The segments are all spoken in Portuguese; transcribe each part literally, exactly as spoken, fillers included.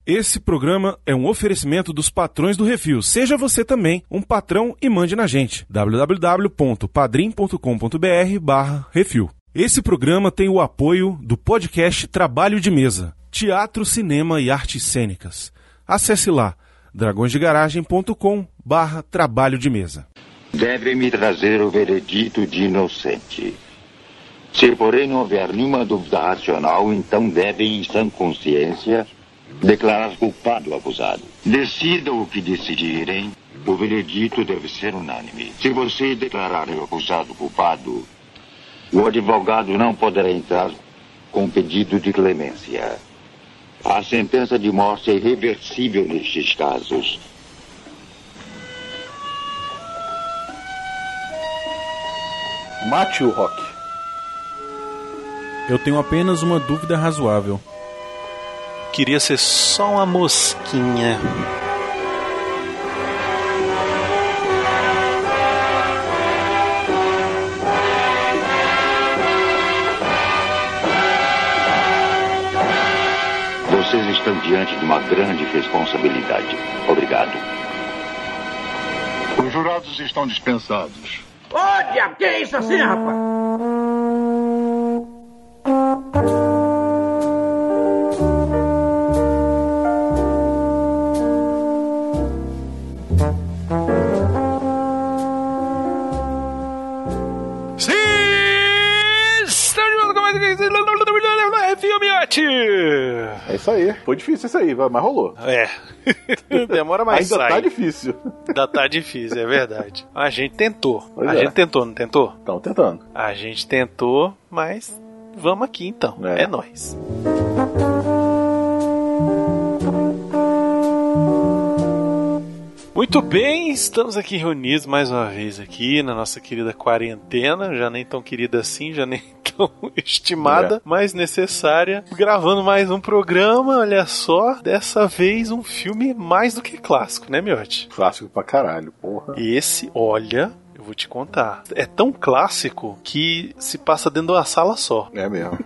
Esse programa é um oferecimento dos patrões do Refil. Seja você também um patrão e mande na gente. w w w ponto padrim ponto com ponto b r barra refil. Esse programa tem o apoio do podcast Trabalho de Mesa, Teatro, Cinema e Artes Cênicas. Acesse lá, dragões de garagem ponto com barra trabalho de mesa. Deve me trazer o veredito de inocente. Se, porém, não houver nenhuma dúvida racional, então deve, em sã consciência, declarar culpado o acusado. Decidam o que decidirem, o veredito deve ser unânime. Se você declarar o acusado culpado, o advogado não poderá entrar com pedido de clemência. A sentença de morte é irreversível nestes casos. Mate o Rock. Eu tenho apenas uma dúvida razoável. Queria ser só uma mosquinha. Vocês estão diante de uma grande responsabilidade. Obrigado. Os jurados estão dispensados. Ô, diabo, que é isso assim, rapaz? É isso aí. Foi difícil isso aí, mas rolou. É. Demora mais. Ainda sai. tá difícil. Ainda tá difícil, é verdade. A gente tentou. Pois a é. gente tentou, não tentou? Estão tentando. A gente tentou, mas vamos aqui então. É, é nóis. Muito bem, estamos aqui reunidos mais uma vez aqui na nossa querida quarentena, já nem tão querida assim, já nem tão estimada, é. mas necessária, gravando mais um programa, olha só, dessa vez um filme mais do que clássico, né, Miotti? Clássico pra caralho, porra. Esse, olha, eu vou te contar, é tão clássico que se passa dentro de uma sala só. É mesmo.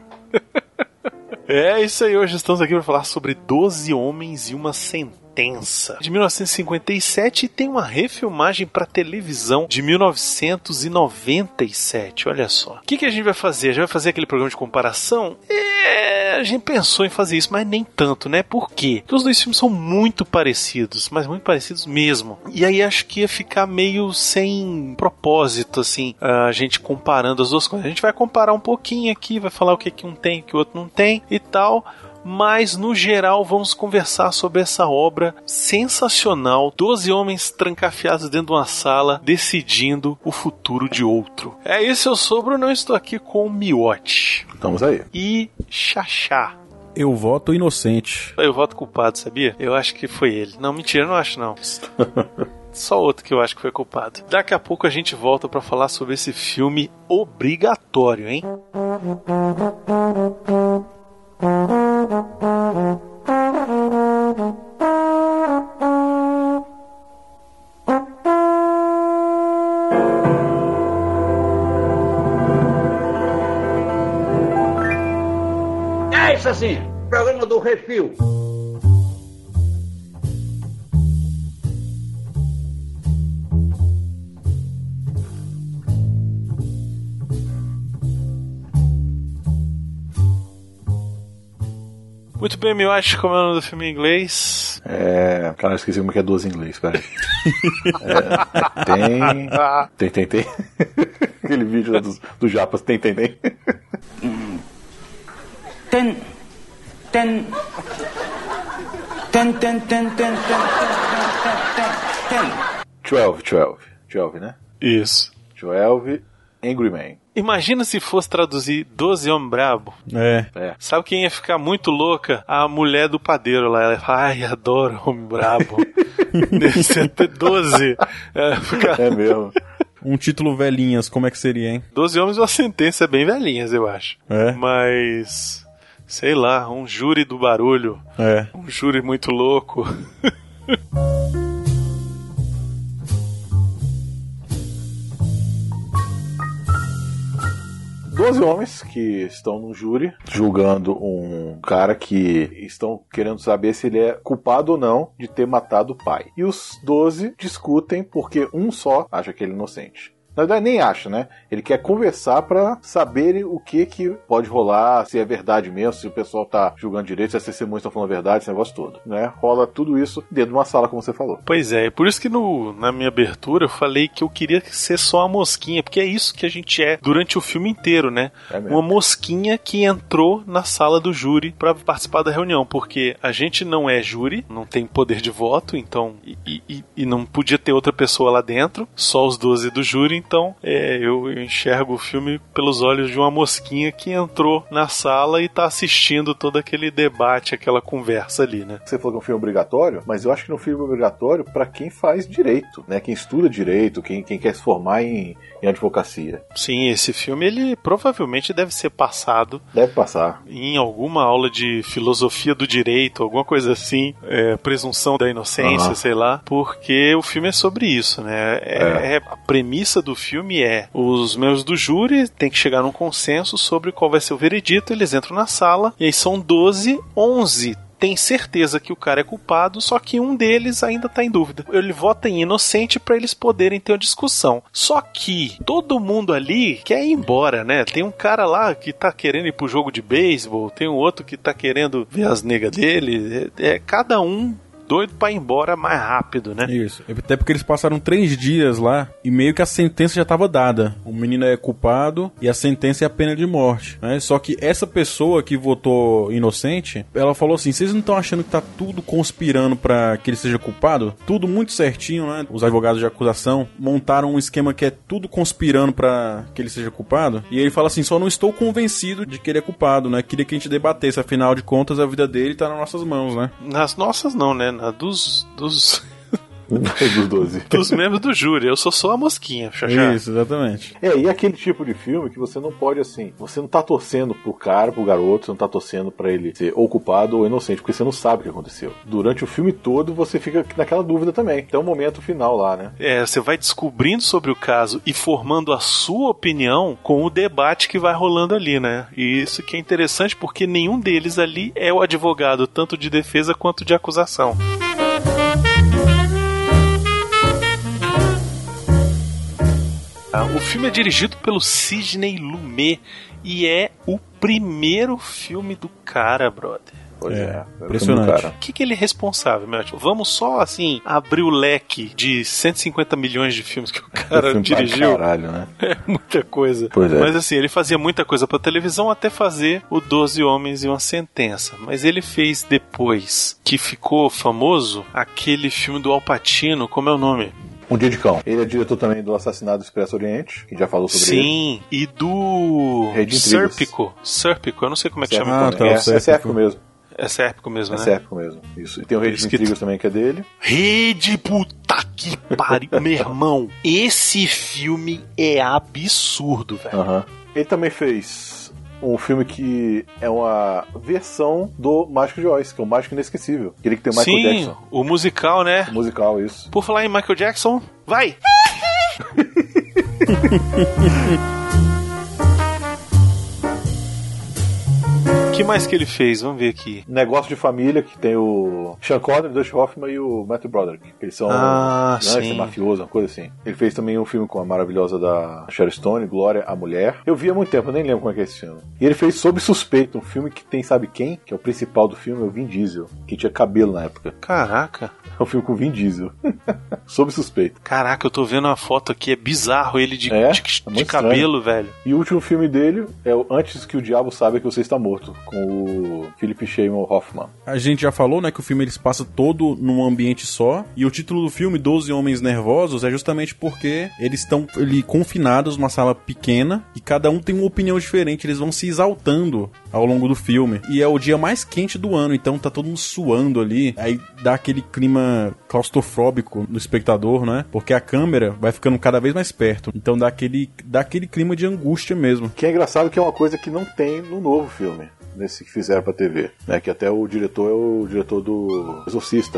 É isso aí, hoje estamos aqui para falar sobre doze Homens e uma Sentença, de mil novecentos e cinquenta e sete, e tem uma refilmagem para televisão de mil novecentos e noventa e sete, olha só. O que, que a gente vai fazer? A gente vai fazer aquele programa de comparação? É, a gente pensou em fazer isso, mas nem tanto, né? Por quê? Porque os dois filmes são muito parecidos, mas muito parecidos mesmo. E aí acho que ia ficar meio sem propósito, assim, a gente comparando as duas coisas. A gente vai comparar um pouquinho aqui, vai falar o que, que um tem e o que o outro não tem e tal... Mas, no geral, vamos conversar sobre essa obra sensacional. doze homens trancafiados dentro de uma sala, decidindo o futuro de outro. É isso, eu sou o Bruno, eu estou aqui com o Miotti. Estamos aí. E Xaxá. Eu voto inocente. Eu voto culpado, sabia? Eu acho que foi ele. Não, mentira, eu não acho não. Só outro que eu acho que foi culpado. Daqui a pouco a gente volta pra falar sobre esse filme obrigatório, hein? É isso assim, programa do Refil. Muito bem, eu acho como é o nome do filme em inglês. É. Cara, eu esqueci como é que é doze em inglês, peraí. É, tem. Tem, tem, tem. Aquele vídeo lá dos, dos japas, tem, tem, tem. Ten. Ten. Ten, ten, ten, ten, ten, ten, ten. Twelve, twelve. Twelve, né? Isso. Twelve Angry Men. Imagina se fosse traduzir doze Homens Brabo. É. É. Sabe quem ia ficar muito louca? A mulher do padeiro lá. Ela ia falar, ai, adoro Homem Brabo. Deve ter doze. É, fica... é mesmo. Um título velhinhas, como é que seria, hein? doze Homens e uma Sentença, é bem velhinhas, eu acho. É. Mas, sei lá, um júri do barulho. É. Um júri muito louco. doze doze homens que estão no júri julgando um cara que estão querendo saber se ele é culpado ou não de ter matado o pai. E os doze discutem porque um só acha que ele é inocente. Na verdade, nem acha, né? Ele quer conversar pra saber o que que pode rolar, se é verdade mesmo, se o pessoal tá julgando direito, se as testemunhas estão falando a verdade, esse negócio todo, né? Rola tudo isso dentro de uma sala, como você falou. Pois é, por isso que no, na minha abertura eu falei que eu queria ser só uma mosquinha, porque é isso que a gente é durante o filme inteiro, né? É uma mosquinha que entrou na sala do júri pra participar da reunião, porque a gente não é júri, não tem poder de voto, então, e, e, e não podia ter outra pessoa lá dentro, só os doze do júri. Então, é, eu enxergo o filme pelos olhos de uma mosquinha que entrou na sala e tá assistindo todo aquele debate, aquela conversa ali, né? Você falou que é um filme obrigatório, mas eu acho que é um filme obrigatório pra quem faz direito, né? Quem estuda direito, quem, quem quer se formar em, em advocacia. Sim, esse filme, ele provavelmente deve ser passado. Deve passar. Em alguma aula de filosofia do direito, alguma coisa assim, é, presunção da inocência, uhum. sei lá, porque o filme é sobre isso, né? É, é. É, a premissa do filme é: os membros do júri têm que chegar num consenso sobre qual vai ser o veredito, eles entram na sala, e aí são doze, onze tem certeza que o cara é culpado, só que um deles ainda tá em dúvida. Ele vota em inocente pra eles poderem ter uma discussão. Só que todo mundo ali quer ir embora, né? Tem um cara lá que tá querendo ir pro jogo de beisebol, tem um outro que tá querendo ver as negas dele. É, é cada um doido pra ir embora mais rápido, né? Isso. Até porque eles passaram três dias lá e meio que a sentença já tava dada. O menino é culpado e a sentença é a pena de morte, né? Só que essa pessoa que votou inocente, ela falou assim: vocês não estão achando que tá tudo conspirando pra que ele seja culpado? Tudo muito certinho, né? Os advogados de acusação montaram um esquema que é tudo conspirando pra que ele seja culpado. E ele fala assim: só não estou convencido de que ele é culpado, né? Queria que a gente debatesse, afinal de contas a vida dele tá nas nossas mãos, né? Nas nossas não, né? A dos... dos... dos doze. Dos membros do júri. Eu sou só a mosquinha, Xaxá. Isso, exatamente. É, e aquele tipo de filme que você não pode, assim, você não tá torcendo pro cara, pro garoto, você não tá torcendo pra ele ser ou culpado ou inocente, porque você não sabe o que aconteceu. Durante o filme todo, você fica naquela dúvida também. Até o momento final lá, né? É, você vai descobrindo sobre o caso e formando a sua opinião com o debate que vai rolando ali, né? E isso que é interessante, porque nenhum deles ali é o advogado, tanto de defesa quanto de acusação. O filme é dirigido pelo Sidney Lumet e é o primeiro filme do cara, brother. Pois é, é impressionante. O que, que ele é responsável, meu? Vamos só, assim, abrir o leque de cento e cinquenta milhões de filmes que o cara é dirigiu. Caralho, né? É muita coisa. Pois é. Mas assim, ele fazia muita coisa pra televisão até fazer o doze Homens e uma Sentença. Mas ele fez depois, que ficou famoso, aquele filme do Al Pacino, como é o nome? Um Dia de Cão. Ele é diretor também do Assassinato do Expresso Oriente, que já falou sobre Sim, ele. Sim, e do Sérpico. Sérpico, eu não sei como é que chama. Ah, tá, é, é Sérpico mesmo. É Sérpico mesmo, é né? É Sérpico mesmo, isso. E tem o Rede de Intrigas também, que é dele. Rede, puta que pariu. Meu irmão, esse filme é absurdo, velho. Uhum. Ele também fez um filme que é uma versão do Mágico de Oz, que é o Mágico Inesquecível. Queria que tem o Michael Sim, Jackson. O musical, né? O musical, isso. Por falar em Michael Jackson, vai! O que mais que ele fez? Vamos ver aqui. Negócio de Família, que tem o Sean Connery, Dustin Hoffman e o Matthew Broderick. Eles são ah, né, sim. mafiosos, uma coisa assim. Ele fez também um filme com a maravilhosa da Sharon Stone, Glória, a Mulher. Eu vi há muito tempo, eu nem lembro como é que é esse filme. E ele fez Sob Suspeito, um filme que tem, sabe quem? Que é o principal do filme, é o Vin Diesel, que tinha cabelo na época. Caraca. É um filme com o Vin Diesel. Sob Suspeito. Caraca, eu tô vendo uma foto aqui, é bizarro ele de, é, de, é de cabelo, velho. E o último filme dele é o Antes que o Diabo Saiba que Você Está Morto, com o Philip Seymour Hoffman. A gente já falou, né, que o filme ele se passa todo num ambiente só, e o título do filme, doze Homens Nervosos, é justamente porque eles estão ali confinados numa sala pequena, e cada um tem uma opinião diferente, eles vão se exaltando ao longo do filme. E é o dia mais quente do ano, então tá todo mundo suando ali, aí dá aquele clima claustrofóbico no espectador, né, porque a câmera vai ficando cada vez mais perto, então dá aquele, dá aquele clima de angústia mesmo. Que é engraçado que é uma coisa que não tem no novo filme, nesse que fizeram pra T V, né? Que até o diretor é o diretor do Exorcista, né?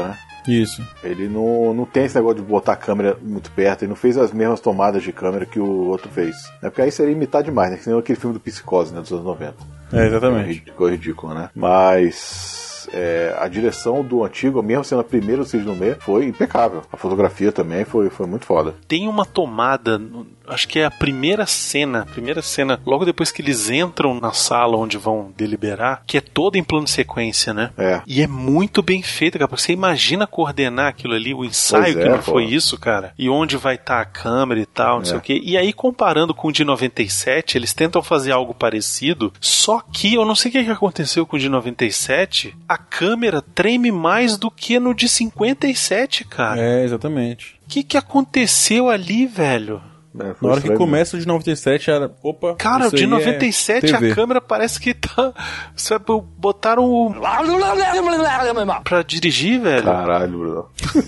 Isso. Ele não, não tem esse negócio de botar a câmera muito perto, ele não fez as mesmas tomadas de câmera que o outro fez. É porque aí seria imitar demais, né? Que nem aquele filme do Psicose, né? Dos anos noventa. É, exatamente. Ficou ridículo, né? Mas... É, a direção do antigo, mesmo sendo a primeira do Cisne Lumê, foi impecável. A fotografia também foi, foi muito foda. Tem uma tomada, acho que é a primeira cena, a primeira cena, logo depois que eles entram na sala onde vão deliberar, que é toda em plano sequência, né? É. E é muito bem feita, cara, porque você imagina coordenar aquilo ali, o ensaio Pois que é, não pô. foi isso, cara, e onde vai estar a câmera e tal, não É. sei o quê. E aí, comparando com o de noventa e sete, eles tentam fazer algo parecido, só que eu não sei o que que aconteceu com o de noventa e sete, a câmera treme mais do que no de cinquenta e sete, cara. É, exatamente. O que que aconteceu ali, velho? É, foi Na hora que estranho. começa o de noventa e sete, era... Opa, Cara, isso de aí noventa e é sete T V. a câmera parece que tá... Você botaram o... pra dirigir, velho. Caralho, Bruno.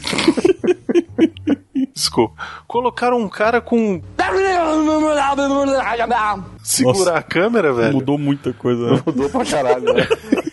Desculpa. Colocaram um cara com... segurar Nossa, a câmera, velho. Mudou muita coisa, né? Mudou pra caralho, né?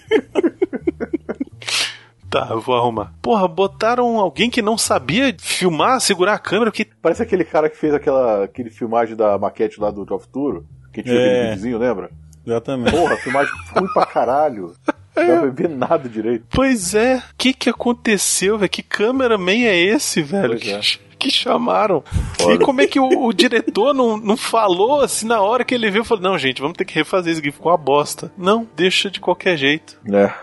Tá, eu vou arrumar. Porra, botaram alguém que não sabia filmar, segurar a câmera, que... Parece aquele cara que fez aquela aquele filmagem da maquete lá do Jovem Futuro, que tinha É. aquele videozinho, lembra? Exatamente. Porra, a filmagem ruim pra caralho. Não dá pra ver nada direito. Pois é. O que que aconteceu, velho? Que cameraman é esse, velho? Pois é. Que, que chamaram? Foda. E como é que o, o diretor não, não falou assim na hora que ele viu? Falou, não, gente, vamos ter que refazer isso aqui, ficou uma bosta. Não, deixa de qualquer jeito. É.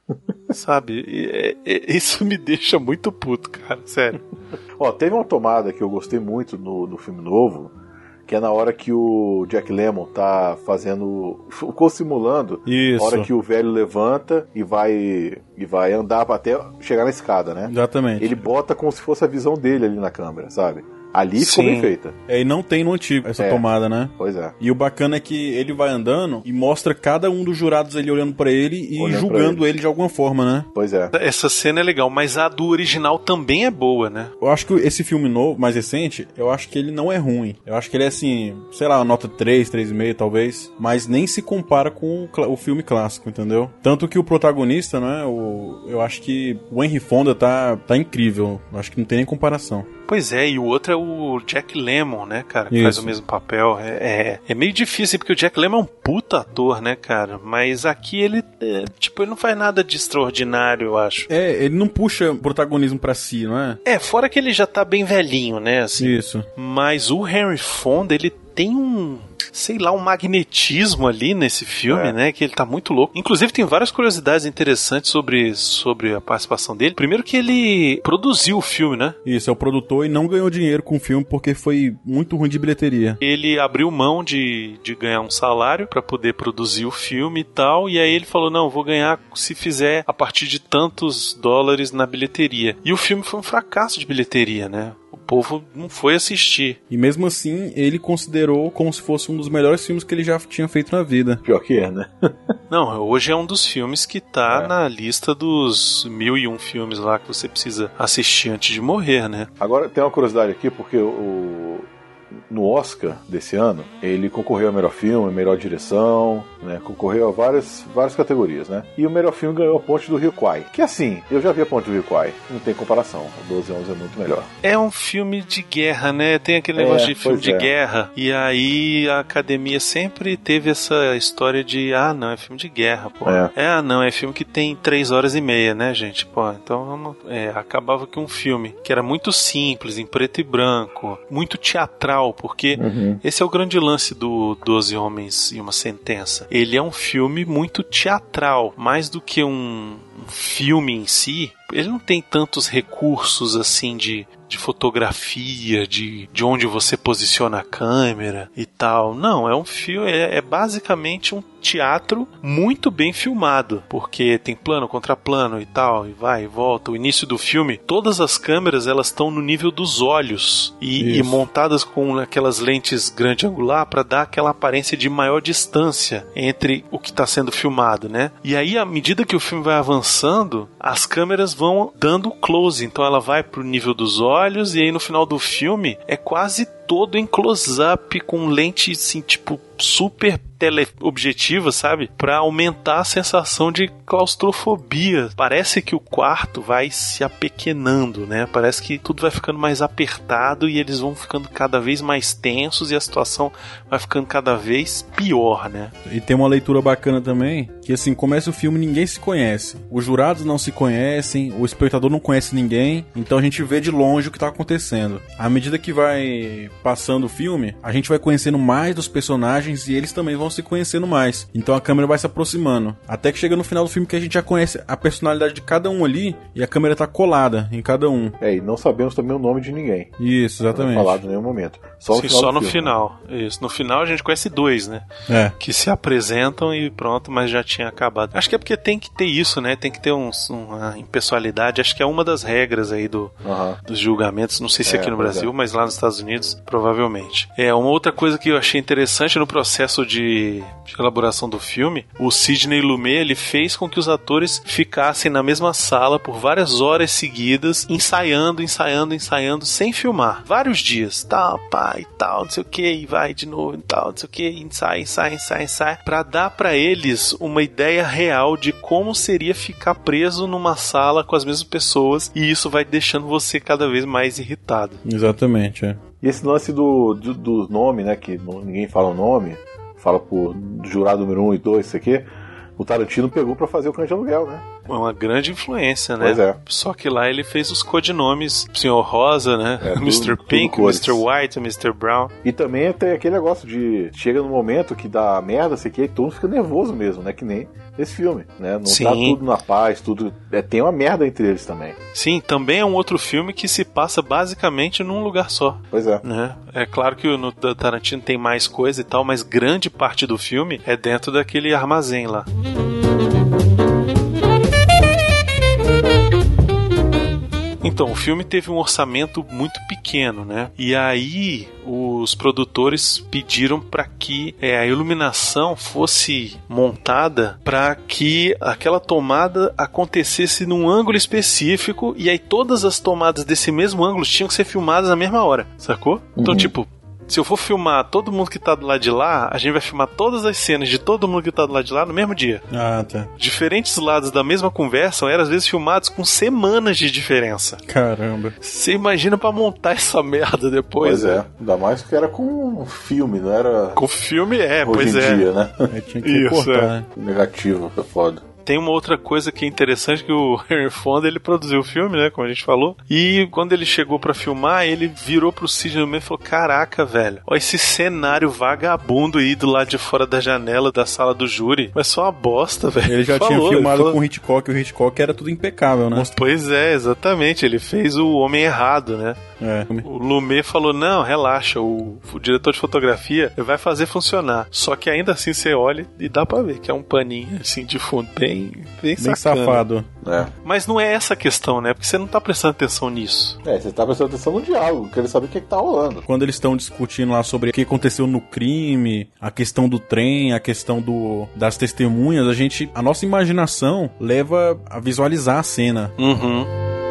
Sabe? E, é- é- isso me deixa muito puto, cara. Sério. Ó, teve uma tomada que eu gostei muito no, no filme novo, que é na hora que o Jack Lemmon tá fazendo, ficou simulando Isso. a hora que o velho levanta e vai e vai andar pra até chegar na escada, né? Exatamente. Ele bota como se fosse a visão dele ali na câmera, sabe? Ali ficou Sim. bem feita. É, e não tem no antigo essa É. tomada, né? Pois é. E o bacana é que ele vai andando e mostra cada um dos jurados ali olhando pra ele e Olhando julgando pra ele de alguma forma, né? Pois é. Essa cena é legal, mas a do original também é boa, né? Eu acho que esse filme novo, mais recente, eu acho que ele não é ruim. Eu acho que ele é assim, sei lá, nota três, três vírgula cinco talvez, mas nem se compara com o, cla- o filme clássico, entendeu? Tanto que o protagonista, né, o, eu acho que o Henry Fonda tá, tá incrível. Eu acho que não tem nem comparação. Pois é, e o outro é o Jack Lemmon, né, cara? Que Isso. faz o mesmo papel. É, é, é meio difícil, porque o Jack Lemmon é um puta ator, né, cara? Mas aqui ele, é, tipo, ele não faz nada de extraordinário, eu acho. É, ele não puxa protagonismo pra si, não é? É, fora que ele já tá bem velhinho, né, assim. Isso. Mas o Henry Fonda, ele tem um, sei lá, um magnetismo ali nesse filme, É. né, que ele tá muito louco. Inclusive tem várias curiosidades interessantes sobre, sobre a participação dele. Primeiro que ele produziu o filme, né? Isso, é o produtor e não ganhou dinheiro com o filme porque foi muito ruim de bilheteria. Ele abriu mão de, de ganhar um salário pra poder produzir o filme e tal, e aí ele falou, não, vou ganhar se fizer a partir de tantos dólares na bilheteria. E o filme foi um fracasso de bilheteria, né? O povo não foi assistir. E mesmo assim, ele considerou como se fosse um dos melhores filmes que ele já tinha feito na vida. Pior que é, né? Não, hoje é um dos filmes que tá É. na lista dos mil e um filmes lá que você precisa assistir antes de morrer, né? Agora tem uma curiosidade aqui, porque o no Oscar desse ano, ele concorreu a melhor filme, melhor direção, né? Concorreu a várias, várias categorias, né? E o melhor filme ganhou a Ponte do Rio Kwai. Que assim, eu já vi a Ponte do Rio Kwai, não tem comparação. O doze onze é muito melhor. É um filme de guerra, né? Tem aquele É, negócio de filme pois de é. guerra. E aí a academia sempre teve essa história de ah, não, é filme de guerra, pô. É. É, ah, não, é filme que tem três horas e meia, né, gente? Pô, então vamos. É, acabava que um filme que era muito simples, em preto e branco, muito teatral, porque Uhum. esse é o grande lance do Doze Homens e uma Sentença. Ele é um filme muito teatral, mais do que um, um filme em si. Ele não tem tantos recursos assim de, de fotografia, de, de onde você posiciona a câmera e tal. Não, é um filme, é, é basicamente um teatro muito bem filmado, porque tem plano contra plano e tal, e vai e volta. O início do filme, todas as câmeras elas estão no nível dos olhos e, e Isso. montadas com aquelas lentes grande angular para dar aquela aparência de maior distância entre o que está sendo filmado, né? E aí, à medida que o filme vai avançando, as câmeras vão dando close, então ela vai pro nível dos olhos e aí no final do filme é quase todo em close-up com lente assim, tipo, super teleobjetiva, sabe? Pra aumentar a sensação de claustrofobia. Parece que o quarto vai se apequenando, né? Parece que tudo vai ficando mais apertado e eles vão ficando cada vez mais tensos e a situação vai ficando cada vez pior, né? E tem uma leitura bacana também, que assim, começa o filme, ninguém se conhece. Os jurados não se conhecem, o espectador não conhece ninguém, então a gente vê de longe o que tá acontecendo. À medida que vai passando o filme, a gente vai conhecendo mais dos personagens e eles também vão se conhecendo mais. Então a câmera vai se aproximando. Até que chega no final do filme que a gente já conhece a personalidade de cada um ali e a câmera tá colada em cada um. É, e não sabemos também o nome de ninguém. Isso, exatamente. Não é falado em nenhum momento. Só no Sim, final. só no filme, final. Né? Isso. No final a gente conhece dois, né? É. Que se apresentam e pronto, mas já tinha acabado. Acho que é porque tem que ter isso, né? Tem que ter uns, uma impessoalidade. Acho que é uma das regras aí do, uhum. dos julgamentos. Não sei se é, aqui no Brasil, é. mas lá nos Estados Unidos, provavelmente. É, uma outra coisa que eu achei interessante no processo de, de elaboração do filme, o Sidney Lumet, ele fez com que os atores ficassem na mesma sala por várias horas seguidas, ensaiando, ensaiando, ensaiando, sem filmar. Vários dias. Tal, pá, e tal, não sei o que, e vai de novo, e tal, não sei o que, ensaia, ensaia, ensaia, ensaia, pra dar pra eles uma ideia real de como seria ficar preso numa sala com as mesmas pessoas, e isso vai deixando você cada vez mais irritado. Exatamente, é. E esse lance do, do, do nome, né, que ninguém fala o nome, fala por jurado número um e dois, isso aqui, o Tarantino pegou pra fazer o Cães de Aluguel, né? Uma grande influência, né? Pois é. Só que lá ele fez os codinomes senhor Rosa, né? É, mister Pink, mister White, mister Brown. E também tem aquele negócio de... Chega no momento que dá merda, sei que, e todo mundo fica nervoso mesmo, né? Que nem nesse filme, né? Não Sim. tá tudo na paz, tudo... É, tem uma merda entre eles também. Sim, também é um outro filme que se passa basicamente num lugar só. Pois é. Né? É claro que no Tarantino tem mais coisa e tal, mas grande parte do filme é dentro daquele armazém lá. Então, o filme teve um orçamento muito pequeno, né? E aí, os produtores pediram para que é, a iluminação fosse montada para que aquela tomada acontecesse num ângulo específico, e aí todas as tomadas desse mesmo ângulo tinham que ser filmadas na mesma hora, sacou? Então, uhum. tipo... Se eu for filmar todo mundo que tá do lado de lá, a gente vai filmar todas as cenas de todo mundo que tá do lado de lá no mesmo dia. Ah, tá. Diferentes lados da mesma conversa eram às vezes filmados com semanas de diferença. Caramba. Você imagina pra montar essa merda depois? Pois é. Ainda mais que era com um filme, não era... Com filme é, hoje pois em é. dia, né? Aí tinha que Isso, cortar, é. né? Negativo, é foda. Tem uma outra coisa que é interessante, que o Henry Fonda, ele produziu o filme, né, como a gente falou, e quando ele chegou pra filmar, ele virou pro Sidney Lumet e falou, caraca, velho, olha esse cenário vagabundo aí do lado de fora da janela da sala do júri, mas só uma bosta, velho. Ele já falou, tinha filmado falou... com o Hitchcock, e o Hitchcock era tudo impecável, né? Pois é, exatamente, ele fez o Homem Errado, né? É. O Lumet falou, não, relaxa, o, o diretor de fotografia vai fazer funcionar, só que ainda assim você olha e dá pra ver que é um paninho assim de fundo, bem, bem, bem safado. É. Mas não é essa a questão, né? Porque você não tá prestando atenção nisso. É, você tá prestando atenção no diálogo, querendo saber o que, é que tá rolando. Quando eles estão discutindo lá sobre o que aconteceu no crime, a questão do trem, a questão do, das testemunhas, a gente, a nossa imaginação leva a visualizar a cena. Uhum.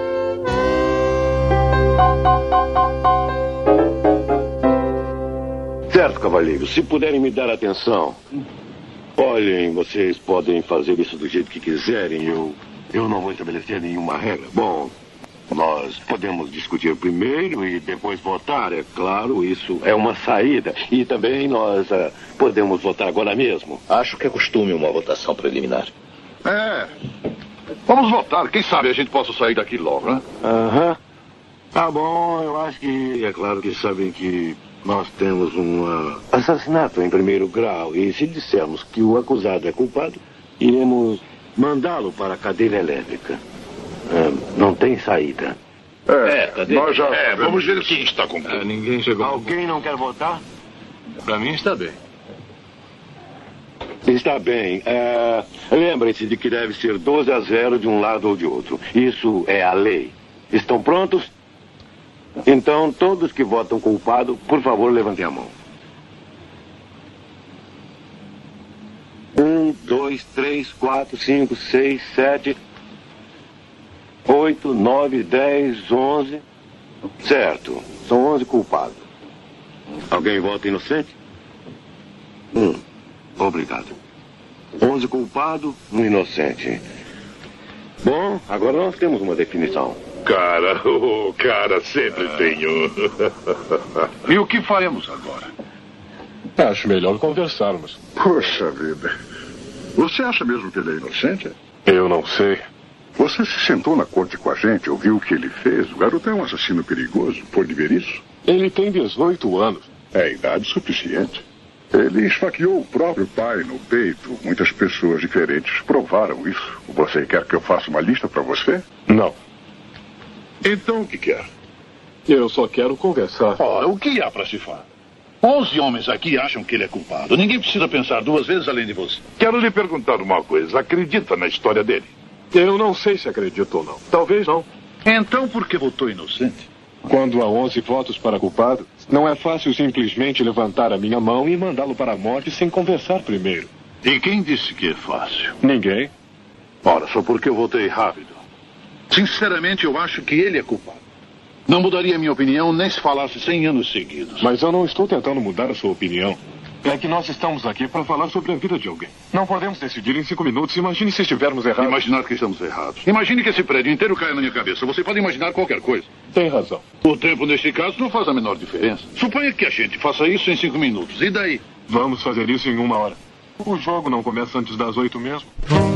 Certo, cavalheiros, se puderem me dar atenção. Olhem, vocês podem fazer isso do jeito que quiserem, eu, eu não vou estabelecer nenhuma regra. Bom, nós podemos discutir primeiro e depois votar, é claro, isso é uma saída. E também nós uh, podemos votar agora mesmo. Acho que é costume uma votação preliminar. É, vamos votar, quem sabe a gente possa sair daqui logo, né? Aham. Uhum. Tá bom, eu acho que é claro que sabem que nós temos um uh, assassinato em primeiro grau e se dissermos que o acusado é culpado, iremos mandá-lo para a cadeira elétrica. Uh, não tem saída. É, é nós já... É, vamos ver quem está com uh, ninguém chegou. Alguém não quer votar? Para mim está bem. Está bem. Uh, lembrem-se de que deve ser doze a zero de um lado ou de outro. Isso é a lei. Estão prontos? Então, todos que votam culpado, por favor, levantem a mão. Um, dois, três, quatro, cinco, seis, sete, oito, nove, dez, onze. Certo, são onze culpados. Alguém vota inocente? Um. Obrigado. onze culpado, um inocente. Bom, agora nós temos uma definição. Cara, o oh, cara sempre tem um. E o que faremos agora? Acho melhor conversarmos. Poxa vida. Você acha mesmo que ele é inocente? Eu não sei. Você se sentou na corte com a gente, ouviu o que ele fez? O garoto é um assassino perigoso. Pode ver isso? Ele tem dezoito anos. É idade suficiente. Ele esfaqueou o próprio pai no peito. Muitas pessoas diferentes provaram isso. Você quer que eu faça uma lista para você? Não. Então o que quer? Eu só quero conversar. Ora, o que há para se falar? Onze homens aqui acham que ele é culpado. Ninguém precisa pensar duas vezes além de você. Quero lhe perguntar uma coisa. Acredita na história dele? Eu não sei se acredito ou não. Talvez não. Então por que votou inocente? Quando há onze votos para culpado, não é fácil simplesmente levantar a minha mão e mandá-lo para a morte sem conversar primeiro. E quem disse que é fácil? Ninguém. Ora, só porque eu votei rápido. Sinceramente, eu acho que ele é culpado. Não mudaria minha opinião nem se falasse cem anos seguidos. Mas eu não estou tentando mudar a sua opinião. É que nós estamos aqui para falar sobre a vida de alguém. Não podemos decidir em cinco minutos. Imagine se estivermos errados. Imaginar que estamos errados. Imagine que esse prédio inteiro caia na minha cabeça. Você pode imaginar qualquer coisa. Tem razão. O tempo, neste caso, não faz a menor diferença. Suponha que a gente faça isso em cinco minutos. E daí? Vamos fazer isso em uma hora. O jogo não começa antes das oito mesmo.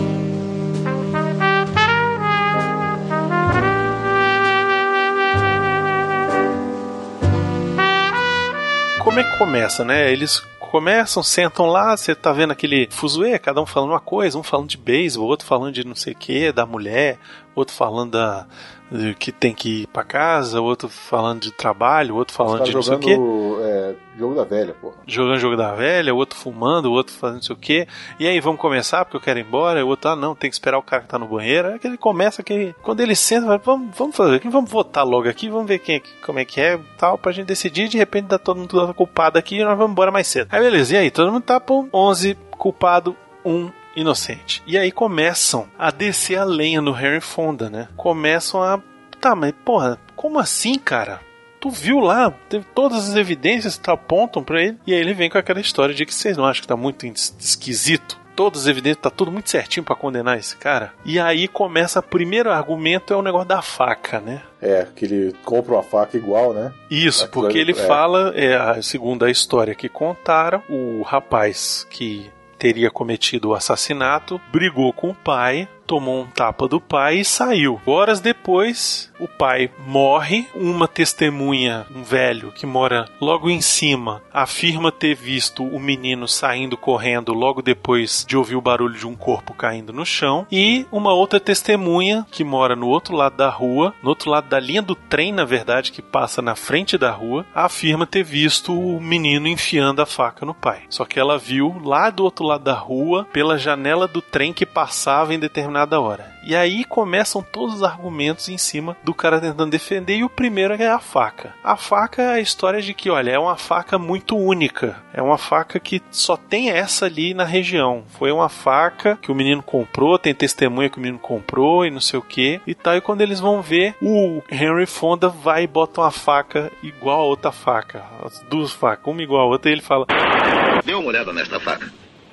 Como é que começa, né? Eles começam, sentam lá, você tá vendo aquele fuzuê, cada um falando uma coisa, um falando de beisebol, outro falando de não sei o que, da mulher, outro falando da, de que tem que ir pra casa, outro falando de trabalho, outro falando de não sei o que. É, jogo da velha, porra. Jogando jogo da velha, outro fumando, outro fazendo não sei o que. E aí, vamos começar porque eu quero ir embora. E o outro, ah, não, tem que esperar o cara que tá no banheiro. É que ele começa, que quando ele senta, vai, vamos, vamos fazer aqui, vamos votar logo aqui, vamos ver quem é, como é que é, tal, pra gente decidir. De repente, dá todo mundo culpado aqui e nós vamos embora mais cedo. Aí, beleza, e aí, todo mundo tá por onze culpado, um inocente. E aí começam a descer a lenha no Henry Fonda, né? Começam a... Tá, mas porra, como assim, cara? Tu viu lá, teve todas as evidências que apontam pra ele. E aí ele vem com aquela história de que vocês não acham que tá muito esquisito? Todas as evidências, tá tudo muito certinho pra condenar esse cara. E aí começa, o primeiro argumento é o negócio da faca, né? É, que ele compra uma faca igual, né? Isso, Aquilo porque ele é. fala, é, segundo a história que contaram, o rapaz que teria cometido o assassinato brigou com o pai, tomou um tapa do pai e saiu. Horas depois, o pai morre. Uma testemunha, um velho que mora logo em cima, afirma ter visto o menino saindo correndo logo depois de ouvir o barulho de um corpo caindo no chão. E uma outra testemunha que mora no outro lado da rua, no outro lado da linha do trem, na verdade, que passa na frente da rua, afirma ter visto o menino enfiando a faca no pai. Só que ela viu lá do outro lado da rua, pela janela do trem que passava em determinada hora. E aí começam todos os argumentos em cima do cara tentando defender, e o primeiro é a faca. A faca é a história de que, olha, é uma faca muito única. É uma faca que só tem essa ali na região. Foi uma faca que o menino comprou, tem testemunha que o menino comprou e não sei o que e tal. E quando eles vão ver, o Henry Fonda vai e bota uma faca igual a outra faca. As duas facas, uma igual a outra, e ele fala: dê uma olhada nesta faca.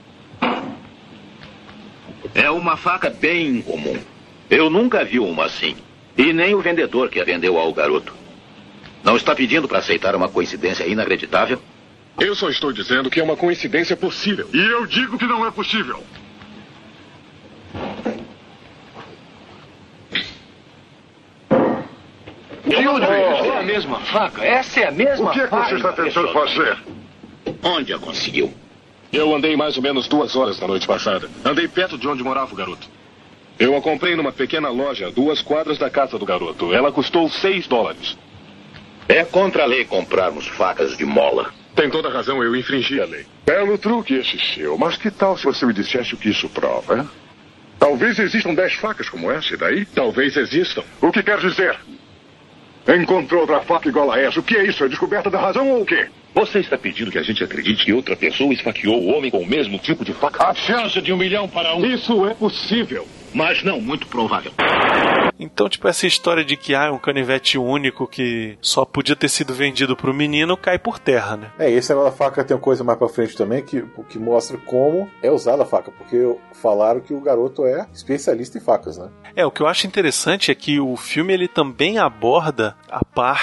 É uma faca bem incomum. Eu nunca vi uma assim. E nem o vendedor que a vendeu ao garoto. Não está pedindo para aceitar uma coincidência inacreditável? Eu só estou dizendo que é uma coincidência possível. E eu digo que não é possível. Senhor, é a mesma faca. Essa é a mesma faca. O que é que faca. você está tentando fazer? Onde a conseguiu? Eu andei mais ou menos duas horas na noite passada. Andei perto de onde morava o garoto. Eu a comprei numa pequena loja, duas quadras da casa do garoto. Ela custou seis dólares. É contra a lei comprarmos facas de mola. Tem toda razão, eu infringi a lei. Belo truque esse seu, mas que tal se você me dissesse o que isso prova, hein? Talvez existam dez facas como essa, e daí? Talvez existam. O que quer dizer? Encontrou outra faca igual a essa. O que é isso? É descoberta da razão ou o quê? Você está pedindo que a gente acredite que outra pessoa esfaqueou o homem com o mesmo tipo de faca? A chance de um milhão para um. Isso é possível. mas não muito provável. Então, tipo, essa história de que ah, é um canivete único que só podia ter sido vendido pro menino cai por terra, né? É, e esse negócio da faca tem uma coisa mais pra frente também que, que mostra como é usada a faca, porque falaram que o garoto é especialista em facas, né? É, o que eu acho interessante é que o filme ele também aborda a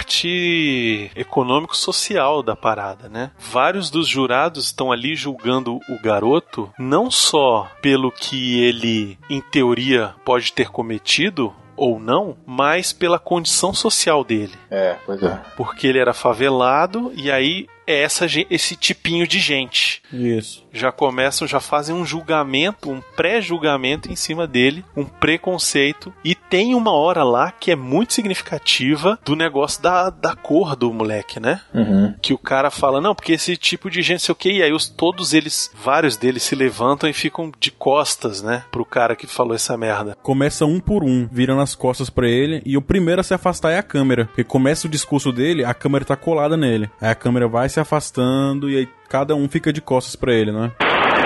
parte econômico-social da parada, né? Vários dos jurados estão ali julgando o garoto não só pelo que ele, em teoria, pode ter cometido ou não, mas pela condição social dele. É, pois é. Porque ele era favelado e aí é essa, esse tipinho de gente. Isso. Já começam, já fazem um julgamento, um pré-julgamento em cima dele, um preconceito. E tem uma hora lá que é muito significativa do negócio da, da cor do moleque, né? Uhum. Que o cara fala, não, porque esse tipo de gente, sei o quê, e aí os, todos eles, vários deles se levantam e ficam de costas, né? Pro cara que falou essa merda. Começa um por um, virando as costas pra ele, e o primeiro a se afastar é a câmera. Porque começa o discurso dele, a câmera tá colada nele. Aí a câmera vai se afastando e aí cada um fica de costas pra ele, né?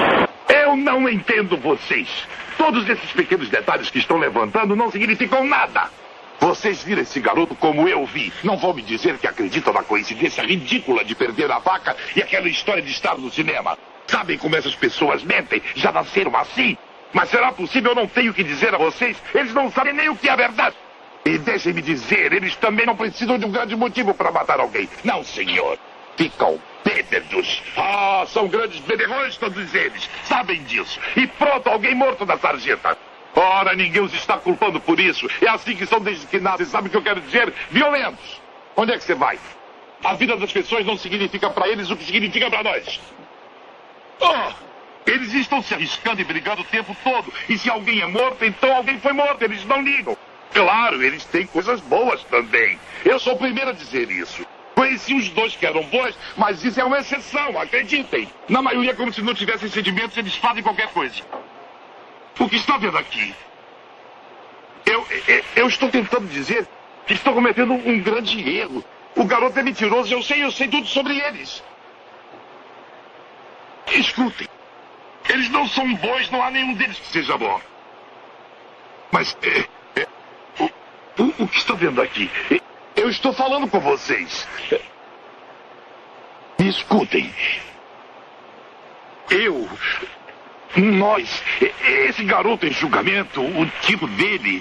Eu não entendo vocês. Todos esses pequenos detalhes que estão levantando não significam nada. Vocês viram esse garoto como eu vi. Não vão me dizer que acreditam na coincidência ridícula de perder a vaca e aquela história de estar no cinema. Sabem como essas pessoas mentem? Já nasceram assim? Mas será possível? Eu não tenho o que dizer a vocês. Eles não sabem nem o que é verdade. E deixem-me dizer, eles também não precisam de um grande motivo para matar alguém. Não, senhor. Ficam bêbados. Ah, são grandes beberrões todos eles. Sabem disso. E pronto, alguém morto na sarjeta. Ora, ninguém os está culpando por isso. É assim que são desde que nascem. Sabe o que eu quero dizer? Violentos. Onde é que você vai? A vida das pessoas não significa para eles o que significa para nós. Oh, eles estão se arriscando e brigando o tempo todo. E se alguém é morto, então alguém foi morto. Eles não ligam. Claro, eles têm coisas boas também. Eu sou o primeiro a dizer isso. Conheci os dois que eram bons, mas isso é uma exceção, acreditem. Na maioria, como se não tivessem sentimentos, eles fazem qualquer coisa. O que está vendo aqui? Eu, eu, eu estou tentando dizer que estou cometendo um grande erro. O garoto é mentiroso, eu sei, eu sei tudo sobre eles. Escutem. Eles não são bons, não há nenhum deles que seja bom. Mas é, é, o, o, o que está vendo aqui? É, eu estou falando com vocês. Me escutem. Eu... Nós... Esse garoto em julgamento, o tipo dele...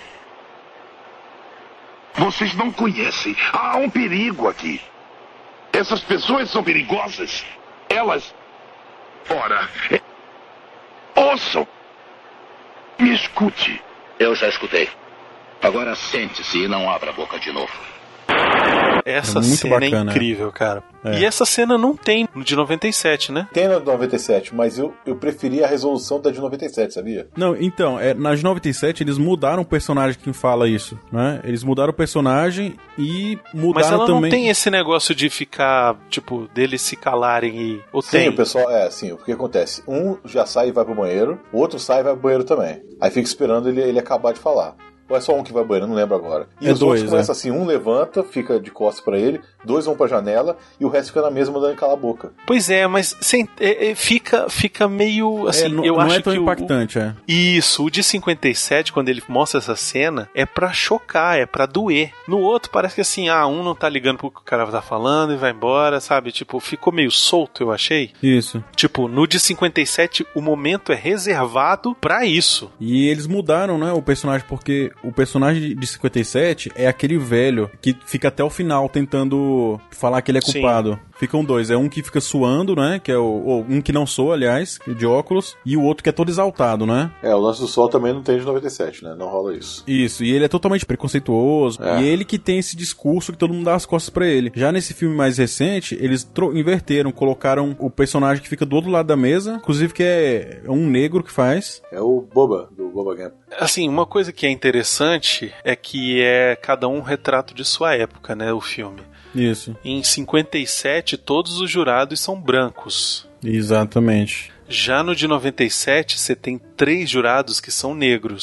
Vocês não conhecem. Há um perigo aqui. Essas pessoas são perigosas. Elas... Ora... Ouçam. Me escute. Eu já escutei. Agora sente-se e não abra a boca de novo. Essa é muito cena bacana, é incrível, cara. É. E essa cena não tem no de noventa e sete, né? Tem na de noventa e sete, mas eu, eu preferi a resolução da de noventa e sete, sabia? Não, então, é, na de noventa e sete eles mudaram o personagem que fala isso, né? Eles mudaram o personagem e mudaram Mas ela também... não tem esse negócio de ficar, tipo, deles se calarem e... Ou Sim, tem? o pessoal, é, sim, o que acontece? Um já sai e vai pro banheiro, o outro sai e vai pro banheiro também. Aí fica esperando ele, ele acabar de falar. Ou é só um que vai ao banheiro, não lembro agora. E é os dois, outros começam é. assim, um levanta, fica de costas pra ele, dois vão pra janela e o resto fica na mesa mandando calar a boca. Pois é, mas sem, é, é, fica, fica meio assim, É, não, eu não acho é tão que impactante, o, é. Isso, o de cinquenta e sete, quando ele mostra essa cena, é pra chocar, é pra doer. No outro parece que assim, ah, um não tá ligando pro que o cara tá falando e vai embora, sabe? Tipo, ficou meio solto, eu achei. Isso. Tipo, no de cinquenta e sete, o momento é reservado pra isso. E eles mudaram, né, o personagem, porque o personagem de cinquenta e sete é aquele velho que fica até o final tentando falar que ele é culpado. Sim. Ficam dois, é um que fica suando, né, que é o, ou um que não soa, aliás, de óculos, e o outro que é todo exaltado, né? É, o lance do sol também não tem de noventa e sete, né, não rola isso. Isso, e ele é totalmente preconceituoso, é. E ele que tem esse discurso que todo mundo dá as costas pra ele. Já nesse filme mais recente, eles tro- inverteram, colocaram o personagem que fica do outro lado da mesa, inclusive que é um negro que faz. É o Boba, do Boba Gap. Assim, uma coisa que é interessante é que é cada um retrato de sua época, né, o filme. Isso. Em cinquenta e sete, todos os jurados são brancos. Exatamente. Já no de noventa e sete, você tem três jurados que são negros.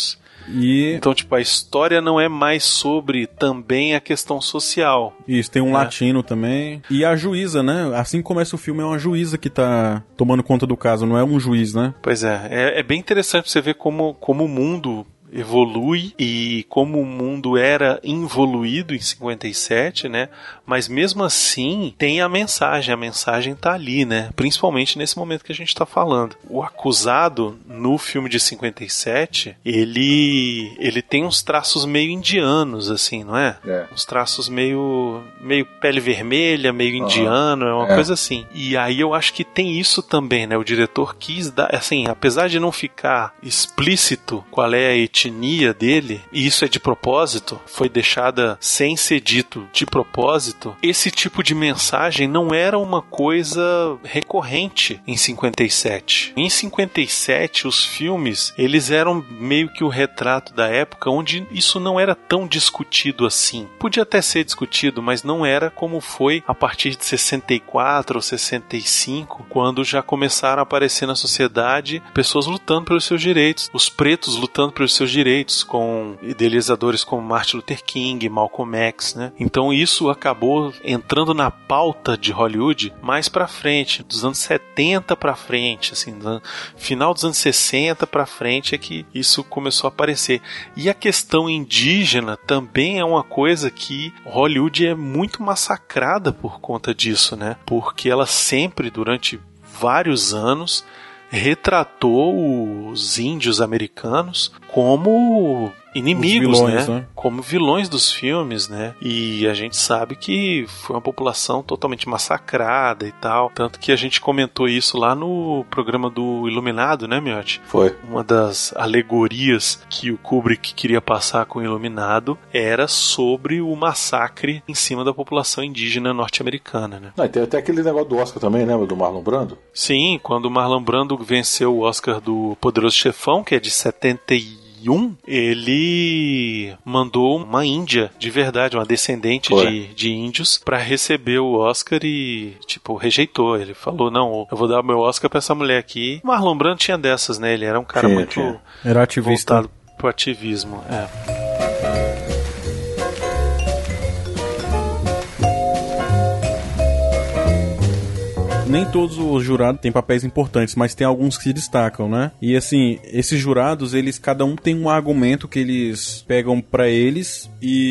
E... Então, tipo, a história não é mais sobre também a questão social. Isso, tem um é. latino também. E a juíza, né? Assim que começa o filme, é uma juíza que tá tomando conta do caso, não é um juiz, né? Pois é, é, é bem interessante você ver como, como o mundo evolui e como o mundo era involuído em cinquenta e sete, né? Mas mesmo assim tem a mensagem, a mensagem tá ali, né? Principalmente nesse momento que a gente tá falando. O acusado no filme de cinquenta e sete, ele ele tem uns traços meio indianos, assim, não é? É. Uns traços meio meio pele vermelha, meio uhum. indiano, é uma é. coisa assim. E aí eu acho que tem isso também, né? O diretor quis dar, assim, apesar de não ficar explícito qual é a etnia dele, e isso é de propósito, foi deixada sem ser dito de propósito, esse tipo de mensagem não era uma coisa recorrente em cinquenta e sete. Em cinquenta e sete, os filmes, eles eram meio que o retrato da época onde isso não era tão discutido assim. Podia até ser discutido, mas não era como foi a partir de sessenta e quatro ou sessenta e cinco, quando já começaram a aparecer na sociedade pessoas lutando pelos seus direitos, os pretos lutando pelos seus direitos, com idealizadores como Martin Luther King, Malcolm X, né? Então isso acabou entrando na pauta de Hollywood mais pra frente, dos anos setenta pra frente, assim, no final dos anos sessenta pra frente é que isso começou a aparecer. E a questão indígena também é uma coisa que Hollywood é muito massacrada por conta disso, né? Porque ela sempre, durante vários anos, retratou os índios americanos como inimigos, vilões, né? né? Como vilões dos filmes, né? E a gente sabe que foi uma população totalmente massacrada e tal. Tanto que a gente comentou isso lá no programa do Iluminado, né, Miotti? Foi. Uma das alegorias que o Kubrick queria passar com o Iluminado era sobre o massacre em cima da população indígena norte-americana, né? Não, e tem até aquele negócio do Oscar também, lembra? Do Marlon Brando? Sim, quando o Marlon Brando venceu o Oscar do Poderoso Chefão, que é de setenta e um, ele mandou uma índia de verdade, uma descendente de, de índios, pra receber o Oscar e, tipo, rejeitou. Ele falou, não, eu vou dar o meu Oscar pra essa mulher aqui. O Marlon Brando tinha dessas, né? Ele era um cara tinha, muito tinha. Era ativista. voltado pro ativismo. É. Nem todos os jurados têm papéis importantes, mas tem alguns que se destacam, né? E assim, esses jurados, eles, cada um tem um argumento que eles pegam pra eles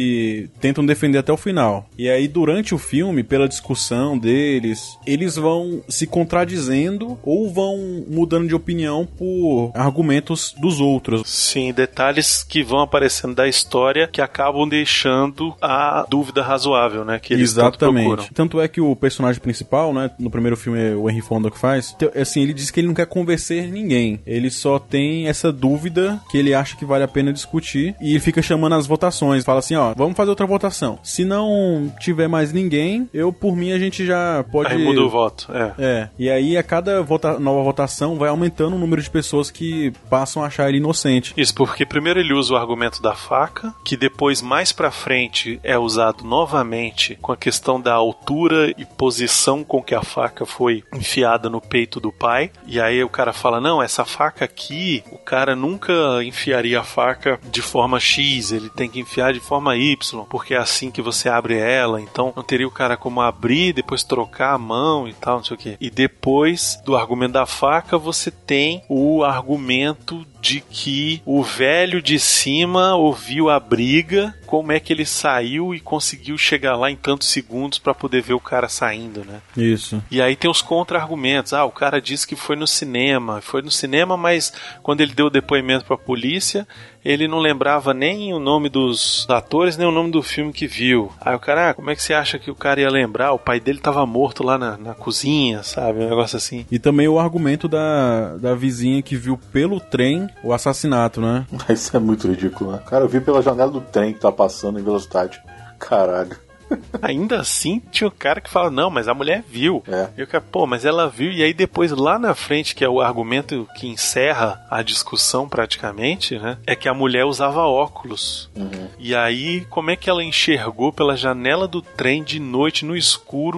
e tentam defender até o final. E aí, durante o filme, pela discussão deles, eles vão se contradizendo ou vão mudando de opinião por argumentos dos outros. Sim, detalhes que vão aparecendo da história que acabam deixando a dúvida razoável, né? Que eles Exatamente. Tanto procuram. Tanto é que o personagem principal, né, no primeiro filme, o Henry Fonda que faz, assim, ele diz que ele não quer convencer ninguém. Ele só tem essa dúvida que ele acha que vale a pena discutir e ele fica chamando as votações. Fala assim, ó, vamos fazer outra votação. Se não tiver mais ninguém, eu, por mim, a gente já pode... Aí muda o voto, é. É. E aí, a cada vota... nova votação, vai aumentando o número de pessoas que passam a achar ele inocente. Isso, porque primeiro ele usa o argumento da faca, que depois, mais pra frente, é usado novamente com a questão da altura e posição com que a faca foi enfiada no peito do pai, e aí o cara fala, não, essa faca aqui, o cara nunca enfiaria a faca de forma X, ele tem que enfiar de forma Y, porque é assim que você abre ela, então não teria o cara como abrir, depois trocar a mão e tal, não sei o que. E depois do argumento da faca, você tem o argumento de que o velho de cima ouviu a briga, como é que ele saiu e conseguiu chegar lá em tantos segundos pra poder ver o cara saindo, né? Isso. E aí tem os contra-argumentos. Ah, o cara disse que foi no cinema. Foi no cinema, mas quando ele deu o depoimento pra polícia, ele não lembrava nem o nome dos atores, nem o nome do filme que viu. Aí o cara, ah, como é que você acha que o cara ia lembrar? O pai dele tava morto lá na, na cozinha, sabe? Um negócio assim. E também o argumento da, da vizinha que viu pelo trem o assassinato, né? Isso é muito ridículo, né? Cara, eu vi pela janela do trem que tá passando em velocidade. Caralho. Ainda assim, tinha o cara que fala, não, mas a mulher viu. É. E o cara, pô, mas ela viu. E aí depois, lá na frente, que é o argumento que encerra a discussão praticamente, né? É que a mulher usava óculos. Uhum. E aí, como é que ela enxergou pela janela do trem de noite, no escuro,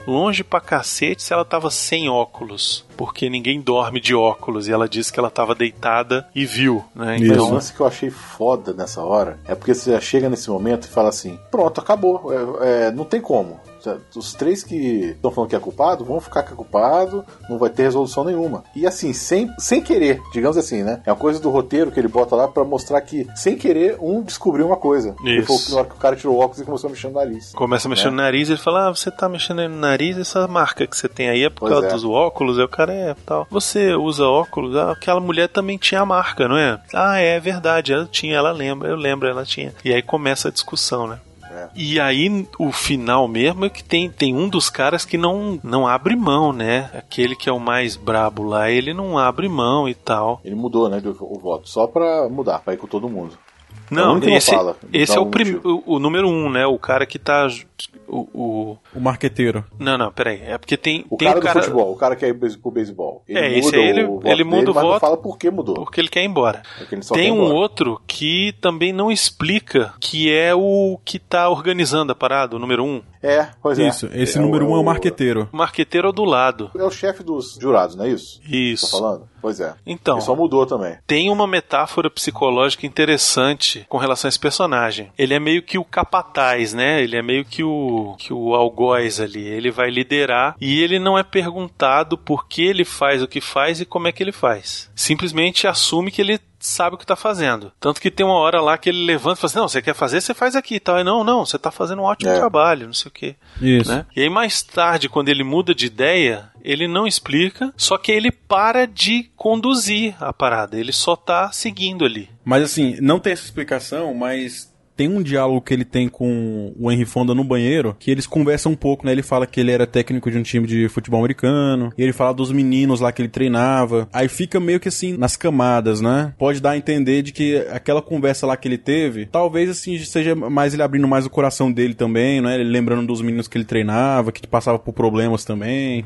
longe pra cacete se ela tava sem óculos. Porque ninguém dorme de óculos. E ela disse que ela tava deitada e viu, né? Então, o lance que eu achei foda nessa hora é porque você já chega nesse momento e fala assim: pronto, acabou. É, é, não tem como. Os três que estão falando que é culpado vão ficar que é culpado, não vai ter resolução nenhuma. E assim, sem, sem querer, digamos assim, né? É uma coisa do roteiro que ele bota lá pra mostrar que, sem querer, um descobriu uma coisa. Ele falou que na hora que o cara tirou o óculos e começou a mexer no nariz. Começa a mexer né? no nariz e ele fala: ah, você tá mexendo aí no nariz, essa marca que você tem aí é por pois causa é. dos óculos. Aí o cara é tal. Você usa óculos? Ah, aquela mulher também tinha a marca, não é? Ah, é verdade, ela tinha, ela lembra, eu lembro, ela tinha. E aí começa a discussão, né? É. E aí o final mesmo é que tem, tem um dos caras que não, não abre mão, né? Aquele que é o mais brabo lá, ele não abre mão e tal. Ele mudou, né, o voto, só pra mudar, pra ir com todo mundo. Não, é esse, fala, esse é o, prim, o, o número um, né? O cara que tá... O, o... o marqueteiro. Não, não, peraí. É porque tem... O tem cara o cara do futebol, o cara que é pro beisebol. Ele é, esse aí ele, o ele muda dele, o voto, mas não fala por que mudou. Porque ele quer ir embora. Ele só tem quer ir um embora. outro que também não explica, que é o que tá organizando a parada, o número um. É, pois é. Isso, esse é, número é, um é o marqueteiro. O marqueteiro é o do lado. É o chefe dos jurados, não é isso? Isso. Tá falando? Pois é. Então, ele só mudou também. Tem uma metáfora psicológica interessante com relação a esse personagem. Ele é meio que o capataz, né? Ele é meio que o, que o algoz ali. Ele vai liderar e ele não é perguntado por que ele faz o que faz e como é que ele faz. Simplesmente assume que ele sabe o que tá fazendo. Tanto que tem uma hora lá que ele levanta e fala assim, não, você quer fazer, você faz aqui e tal. E não, não, você tá fazendo um ótimo é. trabalho, não sei o quê. Isso. Né? E aí mais tarde, quando ele muda de ideia, ele não explica, só que ele para de conduzir a parada. Ele só tá seguindo ali. Mas assim, não tem essa explicação, mas... Tem um diálogo que ele tem com o Henry Fonda no banheiro, que eles conversam um pouco, né? Ele fala que ele era técnico de um time de futebol americano, e ele fala dos meninos lá que ele treinava. Aí fica meio que assim, nas camadas, né? Pode dar a entender de que aquela conversa lá que ele teve, talvez assim, seja mais ele abrindo mais o coração dele também, né? Ele lembrando dos meninos que ele treinava, que passava por problemas também.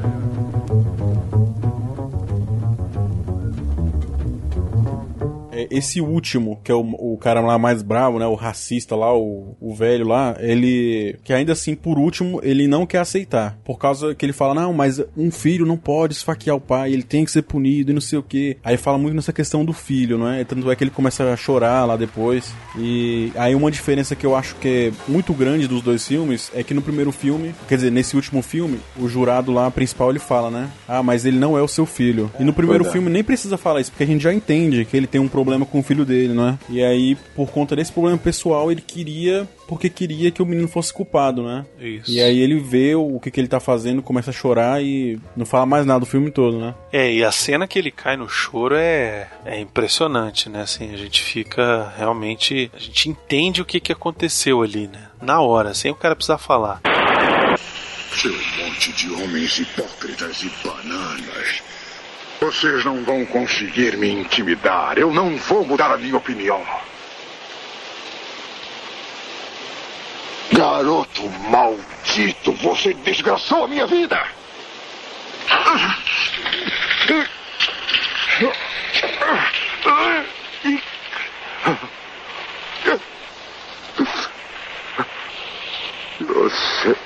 Esse último, que é o, o cara lá mais bravo, né, o racista lá, o, o velho lá, ele, que ainda assim, por último, ele não quer aceitar, por causa que ele fala, não, mas um filho não pode esfaquear o pai, ele tem que ser punido e não sei o que. Aí fala muito nessa questão do filho, não é? Tanto é que ele começa a chorar lá depois. E aí uma diferença que eu acho que é muito grande dos dois filmes é que no primeiro filme, quer dizer, nesse último filme, o jurado lá principal, ele fala, né, ah, mas ele não é o seu filho. E no primeiro é. filme nem precisa falar isso, porque a gente já entende que ele tem um problema com o filho dele, né? E aí, por conta desse problema pessoal, ele queria, porque queria que o menino fosse culpado, né? Isso. E aí ele vê o que, que ele tá fazendo, começa a chorar e não fala mais nada do filme todo, né? É, e a cena que ele cai no choro é, é impressionante, né? Assim, a gente fica realmente... A gente entende o que, que aconteceu ali, né? Na hora, sem o cara precisar falar. Seu monte de homens hipócritas e bananas... Vocês não vão conseguir me intimidar. Eu não vou mudar a minha opinião. Garoto maldito, você desgraçou a minha vida. Você...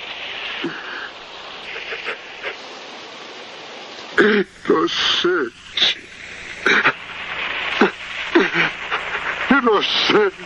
Inocente. Inocente.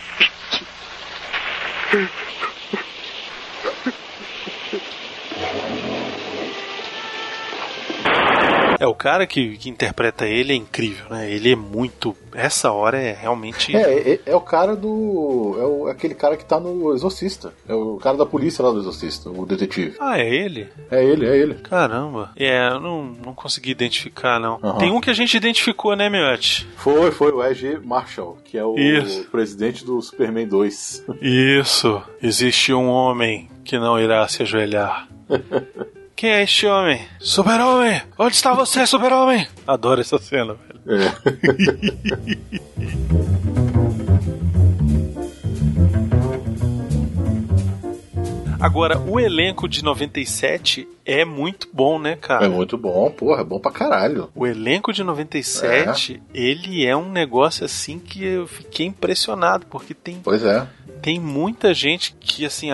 É, o cara que, que interpreta ele é incrível, né? Ele é muito... Essa hora é realmente... É, é, é o cara do... É o, aquele cara que tá no Exorcista. É o cara da polícia lá do Exorcista, o detetive. Ah, é ele? É ele, é ele. Caramba. É, eu não, não consegui identificar, não. Uhum. Tem um que a gente identificou, né, Miotti? Foi, foi o E G Marshall, que é o, o presidente do Superman dois. Isso. Existe um homem que não irá se ajoelhar. Quem é este homem? Super-Homem! Onde está você, Super-Homem? Adoro essa cena, velho. É. Agora, o elenco de noventa e sete é muito bom, né, cara? É muito bom, porra, é bom pra caralho. O elenco de noventa e sete, é. ele é um negócio assim que eu fiquei impressionado, porque tem... Pois é. tem muita gente que, assim,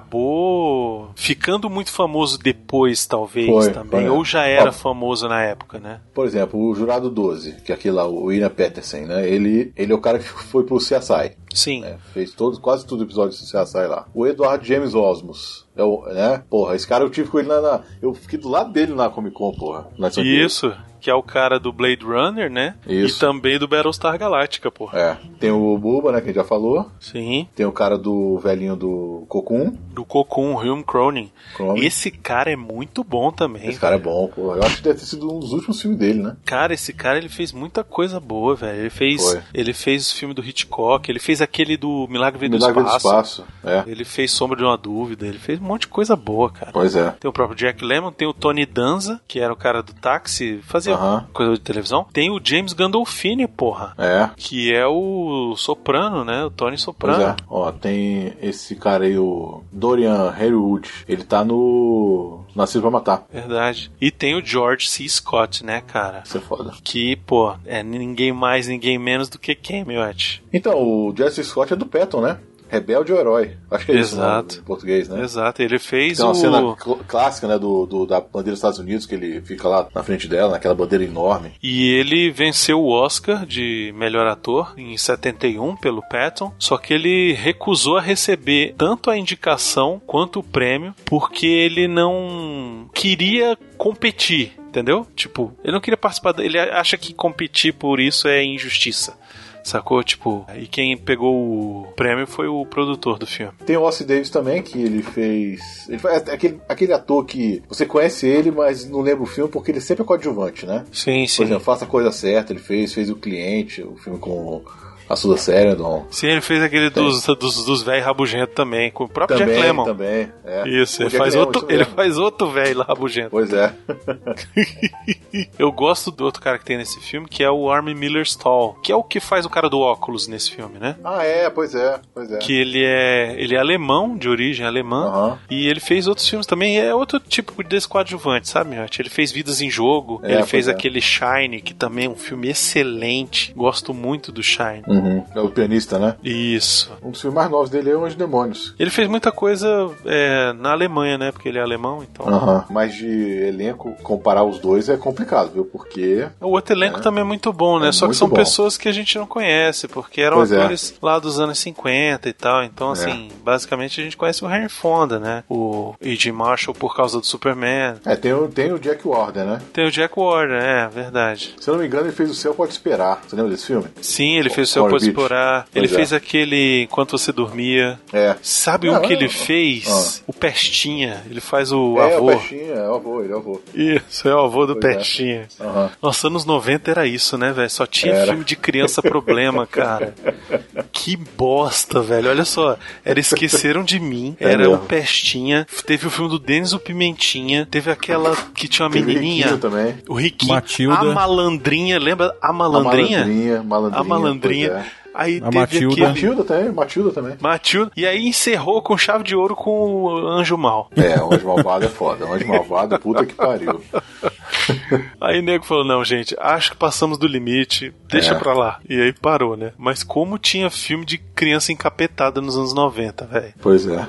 acabou ficando muito famoso depois, talvez, Foi, também. foi. Ou já era Ó, famoso na época, né? Por exemplo, o Jurado doze, que é aquele lá, o Ian Peterson, né? Ele, ele é o cara que foi pro C S I. Sim. Né? Fez todos, quase todos os episódios do C S I lá. O Edward James Osmos. É o, né? Porra, esse cara eu tive com ele na, na. Eu fiquei do lado dele na Comic Con, porra. Na Isso, que é o cara do Blade Runner, né? Isso. E também do Battlestar Galactica, porra. É. Tem o Bubba, né? Que a gente já falou. Sim. Tem o cara do velhinho do Cocoon. Do Cocoon, Hume Cronin. Cronin. Esse cara é muito bom também. Esse cara é bom, porra. Eu acho que deve ter sido um dos últimos filmes dele, né? Cara, esse cara, ele fez muita coisa boa, velho. Ele fez, Foi. ele fez o filme do Hitchcock, ele fez aquele do Milagre Vem do Milagre do Espaço. Espaço. É. Ele fez Sombra de uma Dúvida, ele fez um monte de coisa boa, cara. Pois é. Tem o próprio Jack Lemmon, tem o Tony Danza, que era o cara do táxi, fazia Aham. coisa de televisão. Tem o James Gandolfini, porra. É. Que é o Soprano, né? O Tony Pois Soprano. é. Ó, tem esse cara aí, o Dorian Haywood. Ele tá no Nascido pra Matar. Verdade. E tem o George C. Scott, né, cara? Isso é foda. Que, pô, é ninguém mais, ninguém menos do que quem, meu ati? Então, o Jesse Scott é do Patton, né? Rebelde ou Herói. Acho que é isso, Exato. né, em português, né? Exato, ele fez Tem uma o... cena cl- clássica, né, do, do- da bandeira dos Estados Unidos, que ele fica lá na frente dela, naquela bandeira enorme. E ele venceu o Oscar de melhor ator em setenta e um pelo Patton, só que ele recusou a receber tanto a indicação quanto o prêmio, porque ele não queria competir, entendeu? Tipo, ele não queria participar, ele acha que competir por isso é injustiça. Sacou? Tipo, e quem pegou o prêmio foi o produtor do filme. Tem o Ossie Davis também, que ele fez... Ele faz aquele, aquele ator que você conhece ele, mas não lembra o filme porque ele sempre é coadjuvante, né? Sim, sim. Por exemplo, Faça a Coisa Certa, ele fez, fez O Cliente, o filme com a Susan Sarandon. Sim, ele fez aquele dos, dos, dos velhos rabugentos também, com o próprio Também, Jack Lemmon. também, é. Isso, O ele Jack faz, Lemmon, outro, isso ele mesmo. faz outro velho lá rabugento. Pois é. Eu gosto do outro cara que tem nesse filme, que é o Armin Miller-Stahl, que é o que faz o cara do óculos nesse filme, né? Ah, é, pois é, pois é. Que ele é, ele é alemão, de origem alemã, Aham. e ele fez outros filmes também, é outro tipo de coadjuvante, sabe, Miotti? Ele fez Vidas em Jogo, É, ele pois fez é. aquele Shine, que também é um filme excelente, gosto muito do Shine. Uhum. É o pianista, né? Isso. Um dos filmes mais novos dele é Os Demônios. Ele fez muita coisa é, na Alemanha, né? Porque ele é alemão, então... Aham. Mas de elenco, comparar os dois é complicado, viu? Porque... O outro elenco É. também é muito bom, né? É Só que muito são bom. pessoas que a gente não conhece, porque eram Pois é. atores lá dos anos cinquenta e tal. Então, assim, basicamente a gente conhece o Henry Fonda, né? O E J Marshall por causa do Superman. É, tem o, tem o Jack Warden, né? Tem o Jack Warden, é, verdade. Se eu não me engano, ele fez O Céu Pode Esperar. Você lembra desse filme? Sim, ele fez o Céu Corey Pode Beach. Explorar. Ele Pois é. fez aquele Enquanto Você Dormia. É. Sabe Não, o que é, ele é, fez? O Pestinha. Ele faz o é, avô. o Pestinha, é o avô, ele é o avô. Isso, é o avô do Pois é. Pestinha. Aham. Nossa, anos noventa era isso, né, velho? Só tinha Era. filme de criança problema, cara. Que bosta, velho. Olha só, era Esqueceram de Mim, É era o mesmo. Pestinha, teve o filme do Denis o Pimentinha, teve aquela que tinha uma Teve menininha. Riquinho também. O Riquinho. Matilda. A Malandrinha, lembra? A A Malandrinha? Malandrinha, Malandrinha. A Malandrinha. pois é. Aí A teve Matilda. aquele... Matilda também, Matilda também. Matilda. E aí encerrou com chave de ouro com o Anjo Mal. É, o Anjo Malvado é foda. O Anjo Malvado, puta que pariu. Aí o nego falou, não, gente, acho que passamos do limite, deixa É. pra lá. E aí parou, né? Mas como tinha filme de criança encapetada nos anos noventa, velho. Pois é.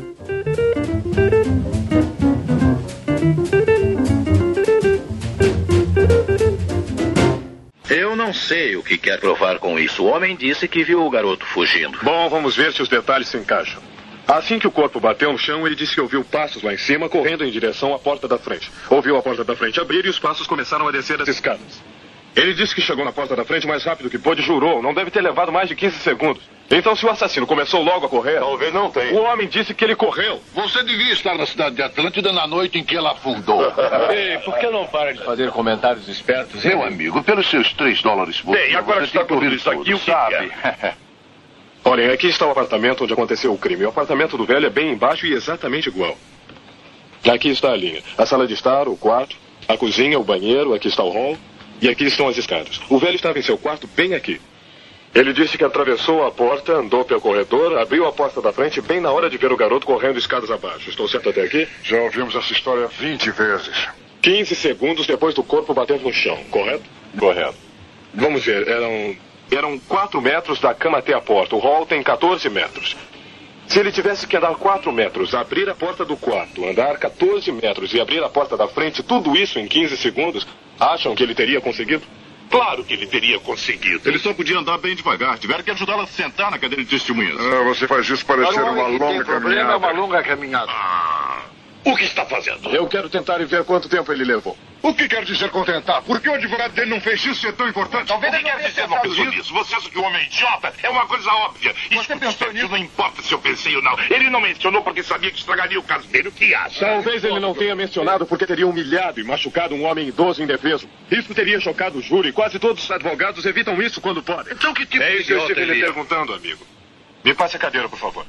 Eu não sei o que quer provar com isso. O homem disse que viu o garoto fugindo. Bom, vamos ver se os detalhes se encaixam. Assim que o corpo bateu no chão, ele disse que ouviu passos lá em cima, correndo em direção à porta da frente. Ouviu a porta da frente abrir e os passos começaram a descer as escadas. Ele disse que chegou na porta da frente mais rápido que pôde, jurou. Não deve ter levado mais de quinze segundos. Então, se o assassino começou logo a correr... Talvez não tenha. O homem disse que ele correu. Você devia estar na cidade de Atlântida na noite em que ela afundou. Ei, por que não para de fazer comentários espertos? Meu amigo, pelos seus três dólares por Bem, dia, agora você que está tem que tudo ouvir isso aqui, tudo, o que sabe? Olhem, aqui está o apartamento onde aconteceu o crime. O apartamento do velho é bem embaixo e exatamente igual. Aqui está a linha. A sala de estar, o quarto, a cozinha, o banheiro, aqui está o hall e aqui estão as escadas. O velho estava em seu quarto bem aqui. Ele disse que atravessou a porta, andou pelo corredor, abriu a porta da frente bem na hora de ver o garoto correndo escadas abaixo. Estou certo até aqui? Já ouvimos essa história vinte vezes. quinze segundos depois do corpo bater no chão, correto? Correto. Vamos ver, eram... Eram quatro metros da cama até a porta. O hall tem quatorze metros. Se ele tivesse que andar quatro metros, abrir a porta do quarto, andar quatorze metros e abrir a porta da frente, tudo isso em quinze segundos, acham que ele teria conseguido? Claro que ele teria conseguido. Ele só podia andar bem devagar. Tiveram que ajudá-lo a sentar na cadeira de testemunhas. Ah, você faz isso parecer uma longa caminhada. Problema é uma longa caminhada. Ah, o que está fazendo? Eu quero tentar e ver quanto tempo ele levou. O que quer dizer contentar? Por que o advogado dele não fez isso ser tão importante? Talvez ele quer dizer não pensou nisso. Você acha que o homem é idiota? É uma coisa óbvia. Você pensou nisso? Não importa se eu pensei ou não. Ele não mencionou porque sabia que estragaria o caso dele. O que acha? Talvez ele não tenha mencionado porque teria humilhado e machucado um homem idoso e indefeso. Isso teria chocado o júri. Quase todos os advogados evitam isso quando podem. Então que tipo é de isso que eu estive lhe idiota perguntando, amigo. Me passe a cadeira, por favor.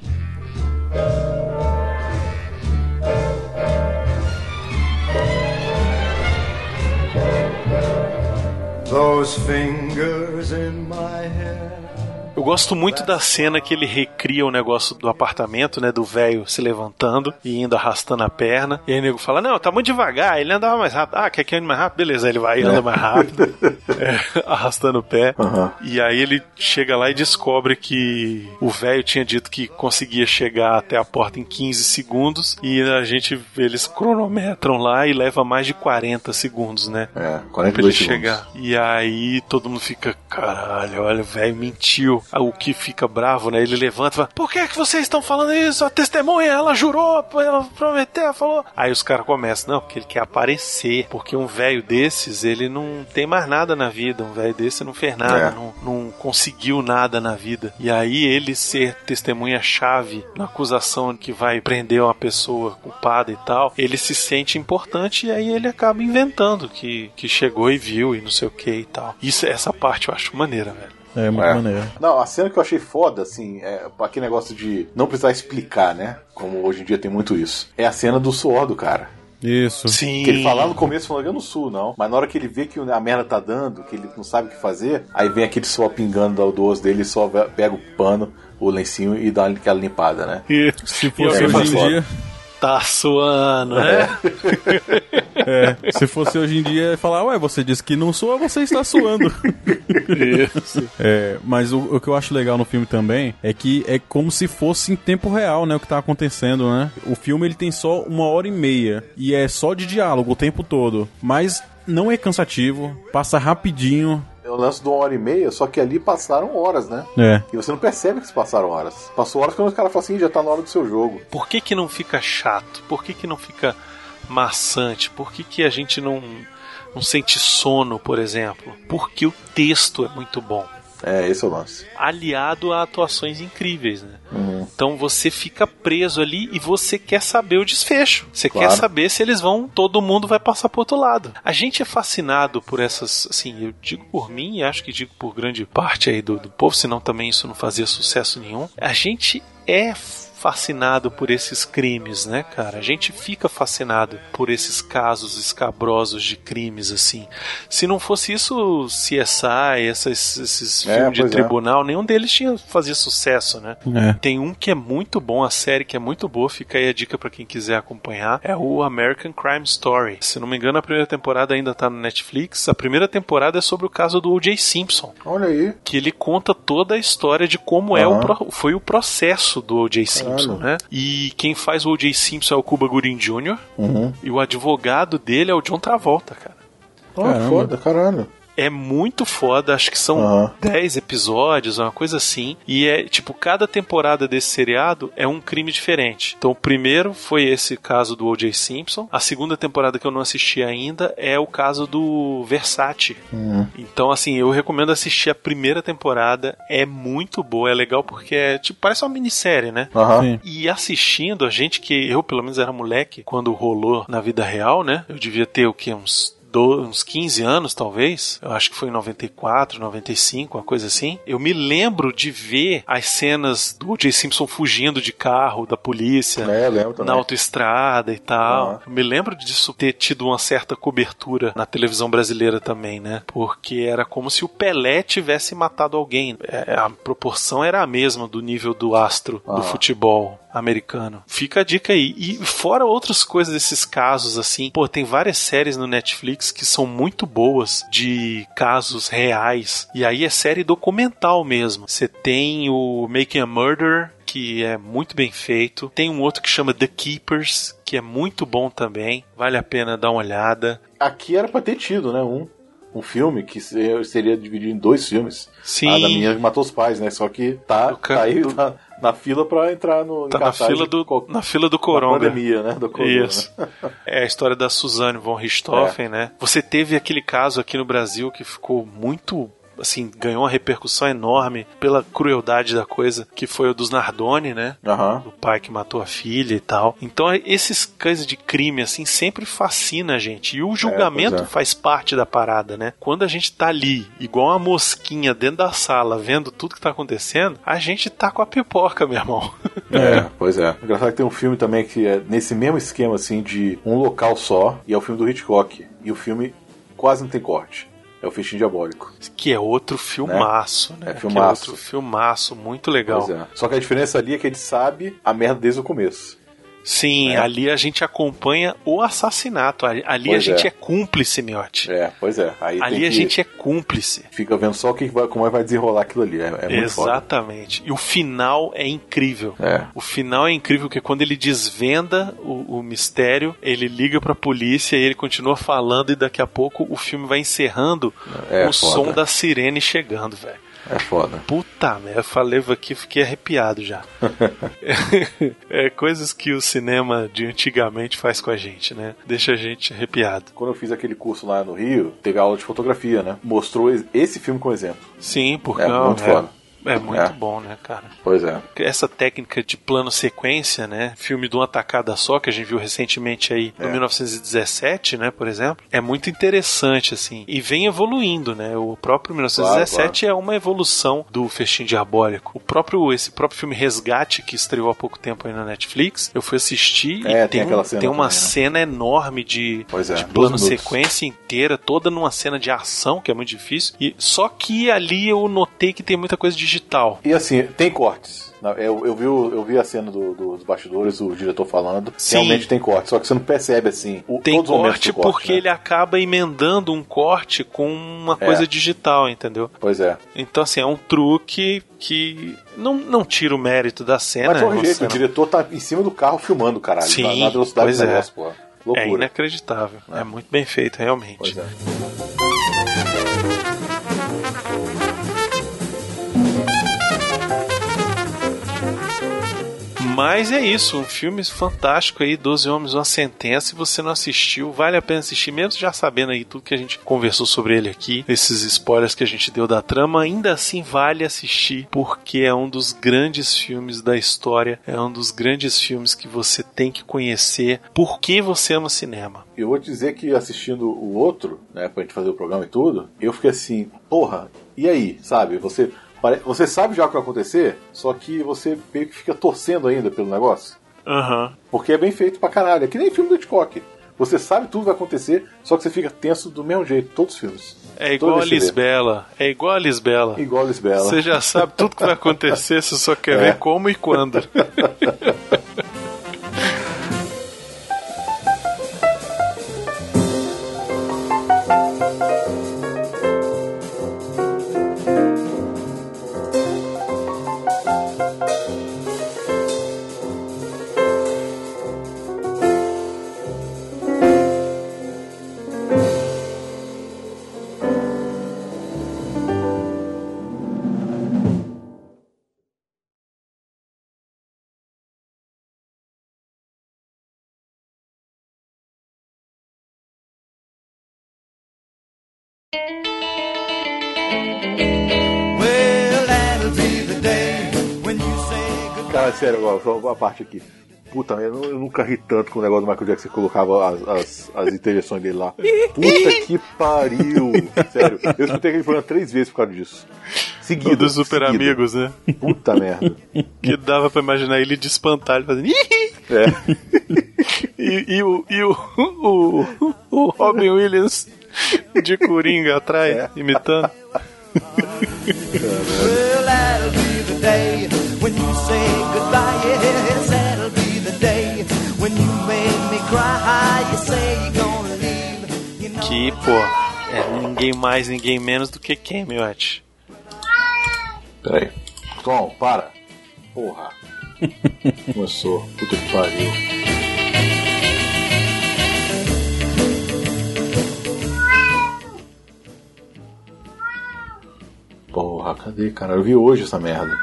Those fingers in my hair. Eu gosto muito da cena que ele recria o negócio do apartamento, né? Do velho se levantando e indo arrastando a perna. E aí o nego fala, não, tá muito devagar, ele andava mais rápido. Ah, quer que ande mais rápido? Beleza, aí ele vai e anda é. mais rápido, é, arrastando o pé. Uhum. E aí ele chega lá e descobre que o velho tinha dito que conseguia chegar até a porta em quinze segundos e a gente, eles cronometram lá e leva mais de quarenta segundos, né? É, quarenta e dois pra ele chegar. E aí todo mundo fica, caralho, olha, o velho mentiu. O que fica bravo, né? Ele levanta e fala, por que que vocês estão falando isso? A testemunha, ela jurou, ela prometeu, ela falou. Aí os caras começam, não, porque ele quer aparecer, porque um velho desses, ele não tem mais nada na vida, um velho desse não fez nada, é. não, não conseguiu nada na vida. E aí ele ser testemunha-chave na acusação que vai prender uma pessoa culpada e tal, ele se sente importante e aí ele acaba inventando que, que chegou e viu e não sei o que e tal. Isso, essa parte eu acho maneira, velho. É, muito é. maneiro. Não, a cena que eu achei foda, assim, é aquele negócio de não precisar explicar, né? Como hoje em dia tem muito isso. É a cena do suor do cara. Isso. Sim. Que ele fala lá no começo, falando, eu não suo, não. Mas na hora que ele vê que a merda tá dando, que ele não sabe o que fazer, aí vem aquele suor pingando do osso dele, ele só pega o pano, o lencinho e dá aquela limpada, né? E se fosse é, hoje em dia... Tá suando, né? É. É, se fosse hoje em dia, ia falar, ué, você disse que não soa, você está suando. Isso. É, mas o, o que eu acho legal no filme também é que é como se fosse em tempo real, né, o que tá acontecendo, né? O filme, ele tem só uma hora e meia e é só de diálogo o tempo todo, mas não é cansativo, passa rapidinho. É o lance de uma hora e meia, só que ali passaram horas, né? É. E você não percebe que se passaram horas. Passou horas quando os caras falam assim, já tá na hora do seu jogo. Por que que não fica chato? Por que que não fica maçante? Por que que a gente não, não sente sono, por exemplo? Porque o texto é muito bom. É, esse é o lance. Aliado a atuações incríveis, né? Uhum. Então você fica preso ali e você quer saber o desfecho. Você claro. quer saber se eles vão, todo mundo vai passar pro outro lado. A gente é fascinado por essas, assim, eu digo por mim e acho que digo por grande parte aí do, do povo, senão também isso não fazia sucesso nenhum. A gente é fascinado por esses crimes, né, cara? A gente fica fascinado por esses casos escabrosos de crimes, assim. Se não fosse isso, C S I, esses, esses é, filmes de tribunal, é. nenhum deles tinha fazia sucesso, né? É. Tem um que é muito bom, a série que é muito boa, fica aí a dica pra quem quiser acompanhar, é o American Crime Story. Se não me engano, a primeira temporada ainda tá no Netflix. A primeira temporada é sobre o caso do O J Simpson. Olha aí. Que ele conta toda a história de como uhum. é o pro, foi o processo do O J Simpson. Né? E quem faz o O J Simpson é o Cuba Gooding Júnior Uhum. E o advogado dele é o John Travolta, cara. Oh, foda, caralho. É muito foda, acho que são uhum. dez episódios, uma coisa assim. E é, tipo, cada temporada desse seriado é um crime diferente. Então, o primeiro foi esse caso do O J Simpson. A segunda temporada que eu não assisti ainda é o caso do Versace. Uhum. Então, assim, eu recomendo assistir a primeira temporada. É muito boa, é legal porque é, tipo, parece uma minissérie, né? Uhum. E assistindo, a gente que, eu pelo menos era moleque, quando rolou na vida real, né? Eu devia ter o quê? Uns uns quinze anos, talvez. Eu acho que foi em noventa e quatro, noventa e cinco, uma coisa assim. Eu me lembro de ver as cenas do O J Simpson fugindo de carro da polícia é, lembro na autoestrada e tal. Uhum. Eu me lembro disso ter tido uma certa cobertura na televisão brasileira também, né? Porque era como se o Pelé tivesse matado alguém. A proporção era a mesma do nível do astro uhum. do futebol americano. Fica a dica aí. E fora outras coisas desses casos, assim, pô, tem várias séries no Netflix que são muito boas de casos reais. E aí é série documental mesmo. Você tem o Making a Murderer, que é muito bem feito. Tem um outro que chama The Keepers, que é muito bom também. Vale a pena dar uma olhada. Aqui era pra ter tido, né? Um, um filme que seria dividido em dois filmes. Sim. A da menina que matou os pais, né? Só que tá, tá aí do... na, na fila pra entrar no tá na fila do co... na fila do Coronga. Da pandemia, né? Do corona. Isso. É a história da Suzanne von Richthofen, é. né? Você teve aquele caso aqui no Brasil que ficou muito... assim, ganhou uma repercussão enorme pela crueldade da coisa, que foi o dos Nardoni, né? Uhum. O pai que matou a filha e tal. Então, esses casos de crime, assim, sempre fascina a gente. E o julgamento é, é. faz parte da parada, né? Quando a gente tá ali, igual uma mosquinha dentro da sala, vendo tudo que tá acontecendo, a gente tá com a pipoca, meu irmão. É, pois é. Engraçado que tem um filme também que é nesse mesmo esquema, assim, de um local só, e é o filme do Hitchcock. E o filme quase não tem corte. É o Festim Diabólico. Que é outro filmaço, né? né? É filmaço. Que é outro filmaço, muito legal. Pois é. Só que a diferença ali é que ele sabe a merda desde o começo. Sim, é. ali a gente acompanha o assassinato. Ali pois a gente é. é cúmplice, miote. É, pois é. Aí ali a gente é cúmplice. Fica vendo só o que vai, como é que vai desenrolar aquilo ali. É, é muito Exatamente. Foda. E o final é incrível. É. O final é incrível, porque quando ele desvenda o, o mistério, ele liga pra polícia e ele continua falando, e daqui a pouco o filme vai encerrando é, o foda. som da sirene chegando, velho. É foda. Puta merda, eu falei aqui, fiquei arrepiado já. É coisas que o cinema de antigamente faz com a gente, né? Deixa a gente arrepiado. Quando eu fiz aquele curso lá no Rio, teve aula de fotografia, né? Mostrou esse filme como exemplo. Sim, porque é muito é... foda. É muito é. bom, né, cara? Pois é. Essa técnica de plano sequência, né? Filme de uma tacada só, que a gente viu recentemente aí no é. mil novecentos e dezessete, né, por exemplo. É muito interessante, assim. E vem evoluindo, né? O próprio mil novecentos e dezessete claro, claro. é uma evolução do Festim Diabólico. O próprio, esse próprio filme Resgate, que estreou há pouco tempo aí na Netflix, eu fui assistir é, e tem, tem, um, cena tem uma também, cena né? enorme de, é, de plano sequência inteira, toda numa cena de ação, que é muito difícil. E só que ali eu notei que tem muita coisa digital. E assim, tem cortes. Eu, eu, vi, eu vi a cena do, do, dos bastidores, o diretor falando. Sim. Realmente tem corte, só que você não percebe assim. O, tem corte, corte porque né? ele acaba emendando um corte com uma coisa é. digital, entendeu? Pois é. Então, assim, é um truque que não, não tira o mérito da cena. Mas de um jeito, cena... o diretor tá em cima do carro filmando, caralho. Sim, na, na velocidade pois do é. negócio, pô. Loucura. É inacreditável. É. é muito bem feito, realmente. Pois é. Mas é isso, um filme fantástico aí, doze Homens, Uma Sentença. Se você não assistiu, vale a pena assistir, mesmo já sabendo aí tudo que a gente conversou sobre ele aqui, esses spoilers que a gente deu da trama, ainda assim vale assistir, porque é um dos grandes filmes da história, é um dos grandes filmes que você tem que conhecer, porque você ama cinema. Eu vou dizer que assistindo o outro, né, pra gente fazer o programa e tudo, eu fiquei assim, porra, e aí, sabe, você... Você sabe já o que vai acontecer, só que você meio que fica torcendo ainda pelo negócio. Aham. Uhum. Porque é bem feito pra caralho. É que nem filme do Hitchcock. Você sabe tudo que vai acontecer, só que você fica tenso do mesmo jeito, todos os filmes. É igual a Lisbela. É igual a Lisbela. Igual a Lisbela. Você já sabe tudo que vai acontecer, você só quer é. ver como e quando. Cara, sério, agora, só uma parte aqui. Puta, eu, eu nunca ri tanto com o negócio do Michael Jackson que colocava as, as, as interjeições dele lá. Puta que pariu! Sério, eu escutei aquele programa três vezes por causa disso. Seguido. Dos Super seguido. Amigos, né? Puta merda. Que dava pra imaginar ele de espantalho fazendo. É. e, e, o, e o, o, o Robin Williams de Coringa atrás, é. imitando. Well, that'll be the day when you say goodbye, yes, Que, pô, é ninguém mais, ninguém menos do que quem, miote? Peraí. Tom, para. Porra. Começou. Puta que pariu. Porra, cadê, cara? Eu vi hoje essa merda.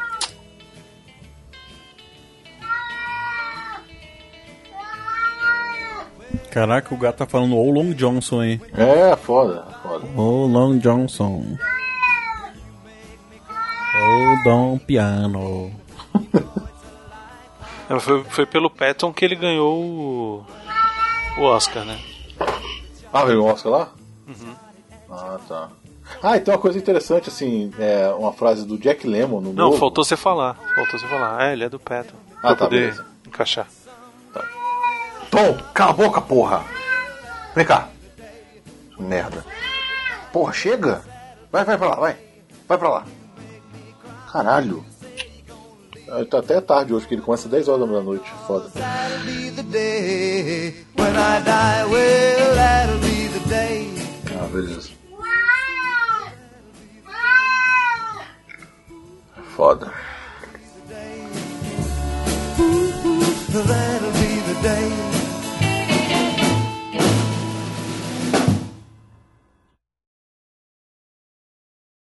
Caraca, o gato tá falando o Long Johnson aí. É, foda, foda. O Long Johnson. O Dom Piano. foi, foi pelo Patton que ele ganhou o, o Oscar, né? Ah, veio o Oscar lá? Uhum. Ah, tá. Ah, e tem uma coisa interessante, assim, é uma frase do Jack Lemmon no Não, novo. faltou você falar. Faltou você falar. É, ele é do Patton. Ah, pra tá, poder beleza. encaixar. Tá. Tom, cala a boca, porra! Vem cá. Merda. Porra, chega! Vai, vai pra lá, vai. Vai pra lá. Caralho. Tá até tarde hoje, que ele começa às dez horas da noite. Foda. Ah, beleza. Foda. That'll be the day.